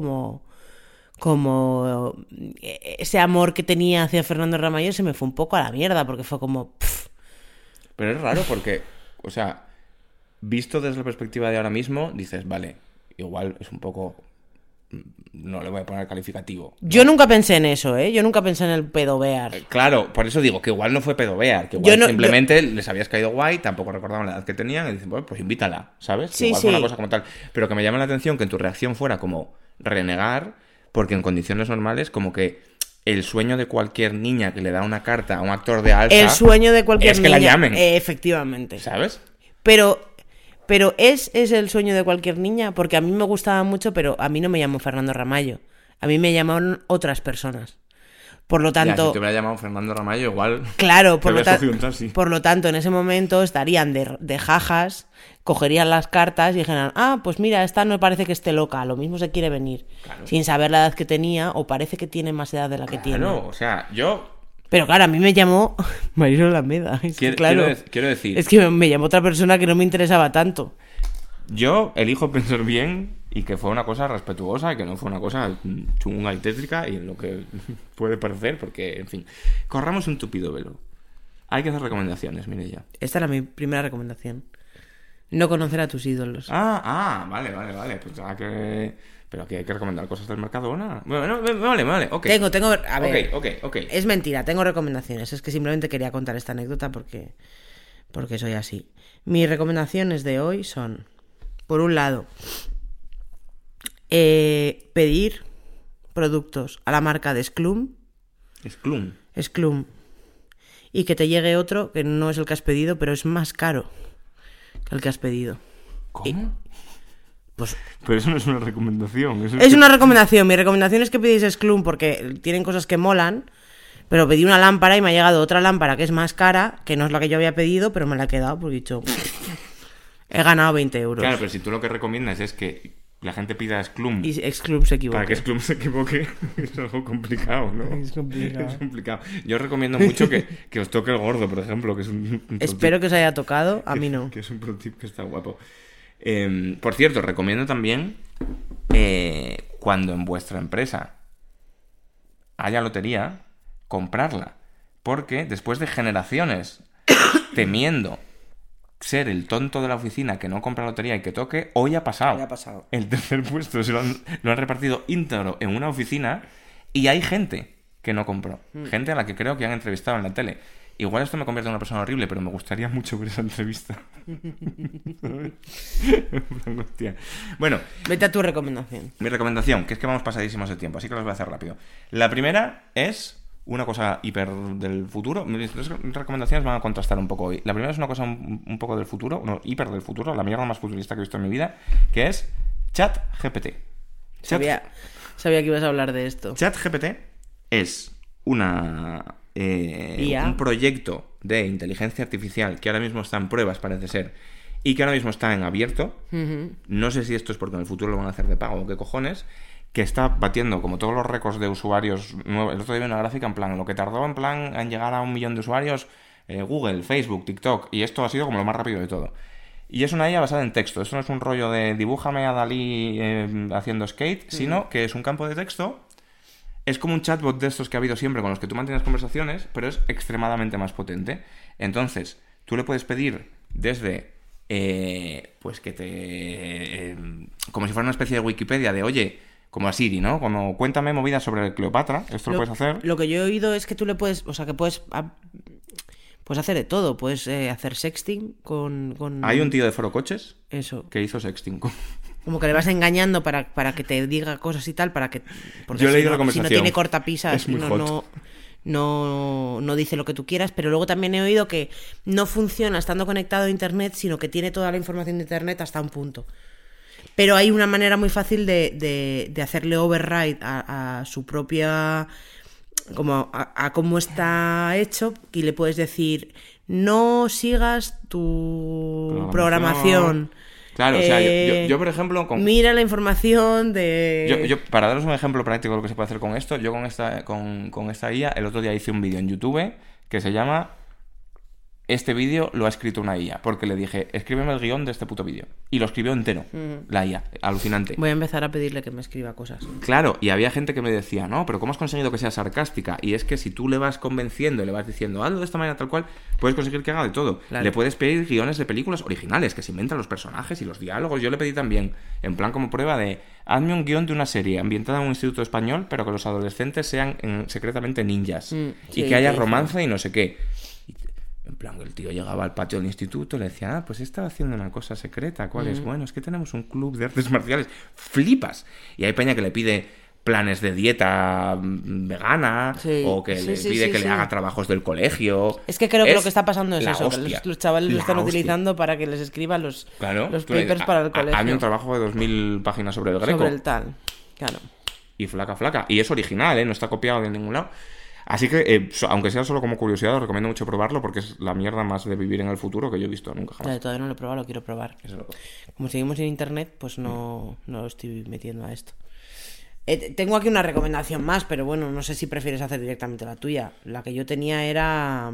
Speaker 2: como ese amor que tenía hacia Fernando Ramallo se me fue un poco a la mierda, porque fue como...
Speaker 1: Pero es raro porque, o sea, visto desde la perspectiva de ahora mismo, dices, vale, igual es un poco... No le voy a poner calificativo, ¿no?
Speaker 2: Yo nunca pensé en eso, ¿eh? Yo nunca pensé en el pedobear.
Speaker 1: Claro, por eso digo que igual no fue pedobear, que igual simplemente les habías caído guay, tampoco recordaban la edad que tenían y dicen, pues invítala, ¿sabes?
Speaker 2: Sí,
Speaker 1: igual fue una cosa como tal. Pero que me llama la atención que en tu reacción fuera como renegar, porque en condiciones normales como que el sueño de cualquier niña que le da una carta a un actor de alza...
Speaker 2: El sueño de cualquier
Speaker 1: niña... Es que la llamen.
Speaker 2: Efectivamente.
Speaker 1: ¿Sabes?
Speaker 2: Pero ¿es el sueño de cualquier niña? Porque a mí me gustaba mucho, pero a mí no me llamó Fernando Ramallo. A mí me llamaron otras personas. Por lo tanto...
Speaker 1: Ya, si te hubiera llamado Fernando Ramallo, igual...
Speaker 2: Claro, por lo tanto, en ese momento estarían de jajas, cogerían las cartas y dijeran, pues mira, esta no parece que esté loca, lo mismo se quiere venir. Claro. Sin saber la edad que tenía, o parece que tiene más edad de la que tiene.
Speaker 1: Claro, o sea, yo...
Speaker 2: Pero claro, a mí me llamó Marilo Alameda.
Speaker 1: Quiero decir...
Speaker 2: Es que me llamó otra persona que no me interesaba tanto.
Speaker 1: Yo elijo pensar bien y que fue una cosa respetuosa y que no fue una cosa chunga y tétrica y en lo que puede parecer, porque, en fin, corramos un tupido velo. Hay que hacer recomendaciones, Mireia.
Speaker 2: Esta era mi primera recomendación. No conocer a tus ídolos.
Speaker 1: Vale. Pues pero aquí hay que recomendar cosas del Mercadona. Bueno, vale. Okay.
Speaker 2: Tengo... A ver.
Speaker 1: Ok.
Speaker 2: Es mentira, tengo recomendaciones. Es que simplemente quería contar esta anécdota porque soy así. Mis recomendaciones de hoy son, por un lado, pedir productos a la marca de Schlum. Schlum. Y que te llegue otro que no es el que has pedido, pero es más caro que el que has pedido.
Speaker 1: ¿Cómo? Pero eso no es una recomendación.
Speaker 2: Es una recomendación. Mi recomendación es que pedís Schlum porque tienen cosas que molan. Pero pedí una lámpara y me ha llegado otra lámpara que es más cara, que no es la que yo había pedido, pero me la he quedado porque he dicho, he ganado 20 euros.
Speaker 1: Claro, pero si tú lo que recomiendas es que la gente pida Schlum
Speaker 2: y Schlum se equivoque.
Speaker 1: Para que Schlum se equivoque es algo complicado, ¿no?
Speaker 2: Es
Speaker 1: complicado. Yo recomiendo mucho que os toque el gordo, por ejemplo, que es un
Speaker 2: Espero que os haya tocado, a mí no.
Speaker 1: Que es un pro tip que está guapo. Por cierto, recomiendo también cuando en vuestra empresa haya lotería, comprarla, porque después de generaciones temiendo ser el tonto de la oficina que no compra lotería y que toque, hoy ha pasado. El tercer puesto lo han repartido íntegro en una oficina y hay gente que no compró, gente a la que creo que han entrevistado en la tele. Igual esto me convierte en una persona horrible, pero me gustaría mucho ver esa entrevista. Hostia. Bueno,
Speaker 2: vete a tu recomendación.
Speaker 1: Mi recomendación, que es que vamos pasadísimos de tiempo, así que los voy a hacer rápido. La primera es una cosa hiper del futuro. Mis recomendaciones van a contrastar un poco hoy. La primera es una cosa un poco del futuro, no, hiper del futuro, la mierda más futurista que he visto en mi vida, que es ChatGPT.
Speaker 2: Sabía que ibas a hablar de esto.
Speaker 1: ChatGPT es un proyecto de inteligencia artificial que ahora mismo está en pruebas, parece ser, y que ahora mismo está en abierto. No sé si esto es porque en el futuro lo van a hacer de pago o qué cojones, que está batiendo como todos los récords de usuarios nuevos. El otro día vi una gráfica en plan, lo que tardó en plan en llegar a 1 millón de usuarios, Google, Facebook, TikTok, y esto ha sido como lo más rápido de todo. Y es una IA basada en texto. Esto no es un rollo de dibújame a Dalí haciendo skate, sino que es un campo de texto. Es como un chatbot de estos que ha habido siempre con los que tú mantienes conversaciones, pero es extremadamente más potente. Entonces, tú le puedes pedir desde, pues que te... como si fuera una especie de Wikipedia de, oye, como a Siri, ¿no? Como cuéntame movidas sobre Cleopatra. Esto lo puedes hacer.
Speaker 2: Lo que yo he oído es que tú le puedes... O sea, que puedes hacer de todo. Puedes hacer sexting con...
Speaker 1: Hay un tío de Foro Coches
Speaker 2: eso.
Speaker 1: Que hizo sexting con...
Speaker 2: Como que le vas engañando para que te diga cosas y tal, porque
Speaker 1: yo he leído la conversación.
Speaker 2: Si no tiene cortapisas,
Speaker 1: no
Speaker 2: dice lo que tú quieras. Pero luego también he oído que no funciona estando conectado a internet, sino que tiene toda la información de internet hasta un punto. Pero hay una manera muy fácil de hacerle override a su propia... como a cómo está hecho, y le puedes decir no sigas tu programación.
Speaker 1: Claro, o sea, yo por ejemplo...
Speaker 2: Mira la información de...
Speaker 1: Yo, para daros un ejemplo práctico de lo que se puede hacer con esto, yo con esta IA, el otro día hice un vídeo en YouTube que se llama Este vídeo lo ha escrito una IA, porque le dije, escríbeme el guión de este puto vídeo. Y lo escribió entero, la IA, alucinante.
Speaker 2: Voy a empezar a pedirle que me escriba cosas.
Speaker 1: Claro, y había gente que me decía, no, pero ¿cómo has conseguido que sea sarcástica? Y es que si tú le vas convenciendo y le vas diciendo, hazlo de esta manera tal cual, puedes conseguir que haga de todo. Claro. Le puedes pedir guiones de películas originales, que se inventan los personajes y los diálogos. Yo le pedí también, en plan como prueba de, hazme un guión de una serie ambientada en un instituto español, pero que los adolescentes sean secretamente ninjas. Y que haya romance y no sé qué. En plan, el tío llegaba al patio del instituto y le decía, pues estaba haciendo una cosa secreta, ¿cuál es? Bueno, es que tenemos un club de artes marciales. ¡Flipas! Y hay peña que le pide planes de dieta vegana, o que le pide que le haga trabajos del colegio.
Speaker 2: Es que creo que lo que está pasando es eso, que los chavales lo están utilizando para que les escriban los papers para el colegio.
Speaker 1: Hay un trabajo de 2000 páginas sobre el Greco.
Speaker 2: Sobre el tal, claro.
Speaker 1: Y flaca. Y es original, no está copiado de ningún lado. Así que, aunque sea solo como curiosidad, os recomiendo mucho probarlo porque es la mierda más de vivir en el futuro que yo he visto nunca jamás.
Speaker 2: Todavía no lo he probado, lo quiero probar. Como seguimos en internet, pues no lo estoy metiendo a esto. Tengo aquí una recomendación más, pero bueno, no sé si prefieres hacer directamente la tuya. La que yo tenía era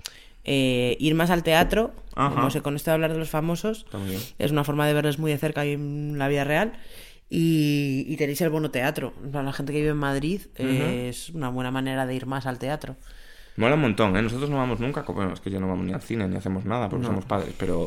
Speaker 2: ir más al teatro. Como sé con esto de hablar de los famosos. Es una forma de verles muy de cerca y en la vida real. Y tenéis el bono teatro. Para la gente que vive en Madrid es una buena manera de ir más al teatro.
Speaker 1: Mola un montón, ¿eh? Nosotros no vamos nunca, bueno, es que yo no vamos ni al cine ni hacemos nada porque somos padres, pero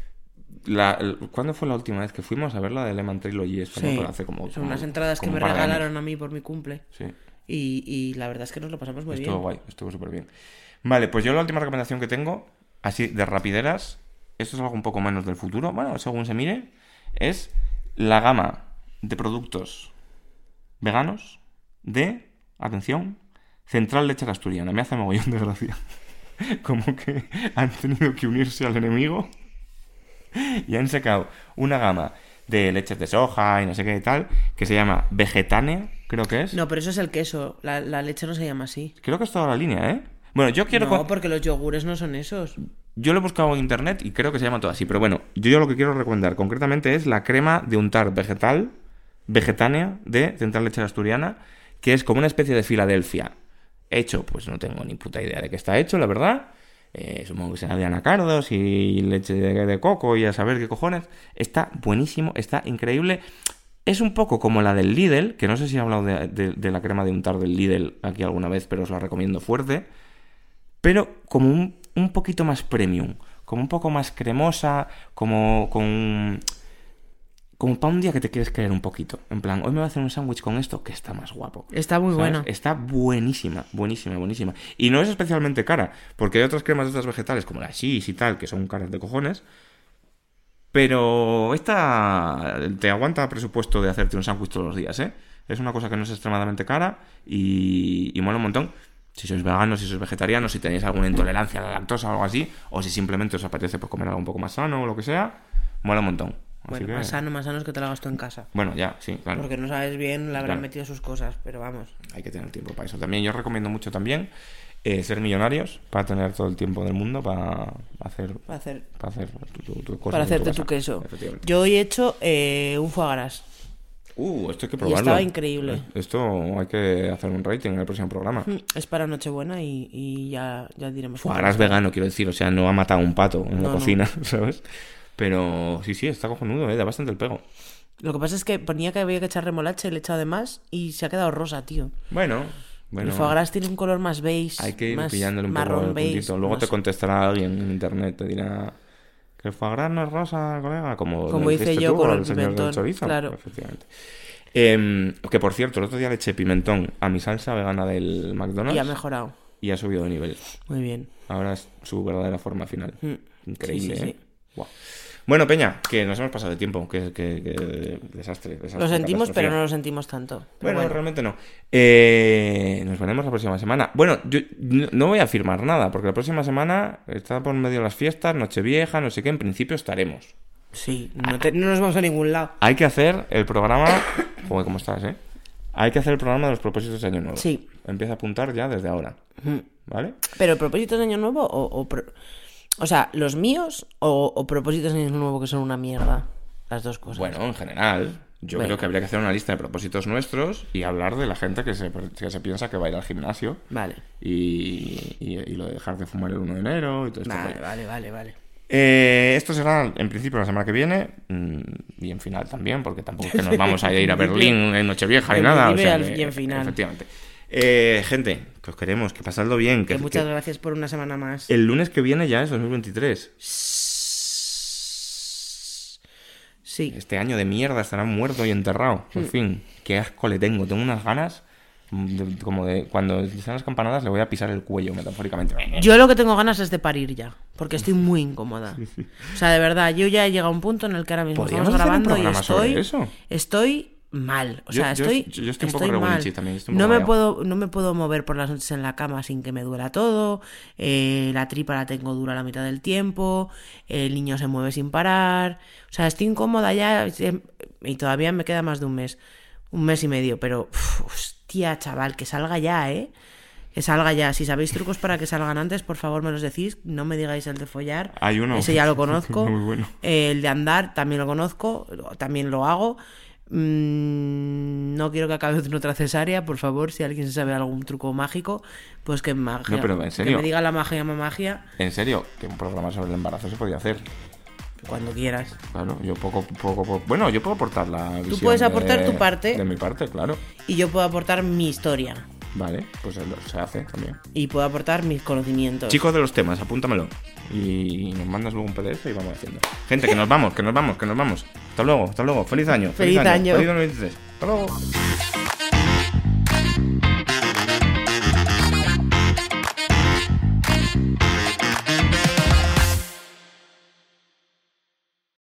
Speaker 1: ¿cuándo fue la última vez que fuimos a ver la de Lehman Trilogy español? Hace como
Speaker 2: son unas entradas que me regalaron a mí por mi cumple.
Speaker 1: Sí.
Speaker 2: Y la verdad es que nos lo pasamos muy bien.
Speaker 1: Estuvo guay, estuvo súper bien. Vale, pues yo la última recomendación que tengo, así de rapideras, esto es algo un poco menos del futuro, bueno, según se mire, es la gama de productos veganos de, atención, Central Lechera Asturiana. Me hace mogollón de gracia. Como que han tenido que unirse al enemigo y han sacado una gama de leches de soja y no sé qué y tal, que se llama Vegetania, creo que es.
Speaker 2: No, pero eso es el queso. La leche no se llama así.
Speaker 1: Creo que es toda la línea, ¿eh? Bueno, yo quiero...
Speaker 2: No, porque los yogures no son esos.
Speaker 1: Yo lo he buscado en internet y creo que se llama todo así. Pero bueno, yo lo que quiero recomendar concretamente es la crema de untar vegetal Vegetania de Central Lechera Asturiana, que es como una especie de Filadelfia. Hecho, pues no tengo ni puta idea de qué está hecho, la verdad. Supongo que será de anacardos y leche de coco y a saber qué cojones. Está buenísimo, está increíble. Es un poco como la del Lidl, que no sé si he hablado de la crema de untar del Lidl aquí alguna vez, pero os la recomiendo fuerte. Pero como un poquito más premium, como un poco más cremosa, como para un día que te quieres creer un poquito. En plan, hoy me voy a hacer un sándwich con esto, que está más guapo.
Speaker 2: Está muy buena.
Speaker 1: Está buenísima. Y no es especialmente cara, porque hay otras cremas de estas vegetales, como la Shish y tal, que son caras de cojones. Pero esta te aguanta presupuesto de hacerte un sándwich todos los días, ¿eh? Es una cosa que no es extremadamente cara y mola un montón. Si sois veganos, si sois vegetarianos, si tenéis alguna intolerancia a la lactosa o algo así, o si simplemente os apetece pues, comer algo un poco más sano o lo que sea, mola un montón.
Speaker 2: Bueno, más sano es que te lo hagas tú en casa.
Speaker 1: Bueno, ya, sí, claro.
Speaker 2: Porque no sabes bien, le habrán metido sus cosas, pero vamos.
Speaker 1: Hay que tener tiempo para eso. También yo recomiendo mucho también ser millonarios, para tener todo el tiempo del mundo para hacer tu cosa.
Speaker 2: Para hacerte tu queso. Yo hoy he hecho un foie gras.
Speaker 1: Esto hay que
Speaker 2: Y
Speaker 1: probarlo.
Speaker 2: estaba increíble.
Speaker 1: Esto hay que hacer un rating en el próximo programa.
Speaker 2: Es para Nochebuena y ya diremos.
Speaker 1: Foie gras vegano, quiero decir. O sea, no ha matado un pato en la
Speaker 2: No.
Speaker 1: cocina, ¿sabes? Pero sí, está cojonudo, da bastante el pego.
Speaker 2: Lo que pasa es que ponía que había que echar remolacha y le he echado de más y se ha quedado rosa, tío.
Speaker 1: Bueno.
Speaker 2: El foie gras tiene un color más beige.
Speaker 1: Hay que ir
Speaker 2: más
Speaker 1: pillándole un poco
Speaker 2: marrón
Speaker 1: el
Speaker 2: beige.
Speaker 1: puntito. Luego
Speaker 2: no
Speaker 1: te
Speaker 2: sé.
Speaker 1: contestará alguien en internet, te dirá que el foie gras no es rosa, colega, como le
Speaker 2: hice
Speaker 1: dijiste
Speaker 2: yo
Speaker 1: tú
Speaker 2: con
Speaker 1: al
Speaker 2: el
Speaker 1: señor del
Speaker 2: pimentón,
Speaker 1: chorizo.
Speaker 2: claro.
Speaker 1: Efectivamente. Que por cierto, el otro día le eché pimentón a mi salsa vegana del McDonald's
Speaker 2: Y ha mejorado.
Speaker 1: y ha subido de nivel.
Speaker 2: Muy bien.
Speaker 1: Ahora es su verdadera forma final. Increíble,
Speaker 2: Sí.
Speaker 1: ¿eh? Guau. Bueno, Peña, que nos hemos pasado de tiempo, que desastre.
Speaker 2: Lo sentimos,
Speaker 1: catastrofía.
Speaker 2: pero no lo sentimos tanto. Pero
Speaker 1: Bueno, realmente no. Nos veremos la próxima semana. Bueno, yo no voy a afirmar nada, porque la próxima semana está por medio de las fiestas, Nochevieja, no sé qué, en principio estaremos.
Speaker 2: Sí, no nos vamos a ningún lado.
Speaker 1: Hay que hacer el programa... Joder, ¿cómo estás, eh? Hay que hacer el programa de los propósitos de Año Nuevo.
Speaker 2: Sí.
Speaker 1: Empieza a apuntar ya desde ahora, ¿vale?
Speaker 2: ¿Pero propósitos de año nuevo o sea, los míos o propósitos de año nuevo que son una mierda? Las dos cosas.
Speaker 1: Bueno, en general, yo creo que habría que hacer una lista de propósitos nuestros y hablar de la gente que se piensa que va a ir al gimnasio.
Speaker 2: Vale.
Speaker 1: Y lo de dejar de fumar el 1 de enero y todo esto.
Speaker 2: Vale.
Speaker 1: Esto será en principio la semana que viene y en final también, porque tampoco es que nos vamos a ir a Berlín en Nochevieja ni nada. O sea,
Speaker 2: y en final.
Speaker 1: Efectivamente. Gente, que os queremos, que pasadlo bien.
Speaker 2: Que muchas gracias por una semana más.
Speaker 1: El lunes que viene ya es 2023.
Speaker 2: Sí.
Speaker 1: Este año de mierda estará muerto y enterrado. Por fin. Qué asco le tengo. Tengo unas ganas como de cuando sean las campanadas le voy a pisar el cuello metafóricamente.
Speaker 2: Yo lo que tengo ganas es de parir ya, porque estoy muy incómoda.
Speaker 1: Sí.
Speaker 2: O sea, de verdad, yo ya he llegado a un punto en el que ahora mismo
Speaker 1: ¿Podríamos
Speaker 2: estamos
Speaker 1: hacer un
Speaker 2: grabando y
Speaker 1: programa sobre eso?
Speaker 2: estoy mal. O sea,
Speaker 1: yo estoy un poco
Speaker 2: mal.
Speaker 1: rebulichi también, estoy un
Speaker 2: No
Speaker 1: poco
Speaker 2: me puedo mover por las noches en la cama sin que me duela todo. La tripa la tengo dura la mitad del tiempo. El niño se mueve sin parar. O sea, estoy incómoda ya y todavía me queda más de un mes y medio, pero hostia, chaval, que salga ya, que salga ya. Si sabéis trucos para que salgan antes, por favor me los decís. No me digáis el de follar.
Speaker 1: Hay uno.
Speaker 2: Ese ya lo conozco.
Speaker 1: Muy bueno.
Speaker 2: El de andar también lo conozco. También lo hago. No quiero que acabe de otra cesárea. Por favor, si alguien sabe algún truco mágico, pues que magia.
Speaker 1: No, pero en serio.
Speaker 2: Que me diga la magia.
Speaker 1: En serio, que un programa sobre el embarazo se podía hacer.
Speaker 2: Cuando quieras.
Speaker 1: Claro, yo poco. Bueno, yo puedo aportar la visión.
Speaker 2: Tú puedes aportar tu parte.
Speaker 1: De mi parte, claro.
Speaker 2: Y yo puedo aportar mi historia.
Speaker 1: Vale, pues se hace también.
Speaker 2: Y puedo aportar mis conocimientos.
Speaker 1: Chicos de los temas, apúntamelo. Y nos mandas luego un PDF y vamos haciendo. Gente, que nos vamos. Hasta luego. Feliz año.
Speaker 2: Feliz año.
Speaker 1: Feliz 2023. Hasta luego.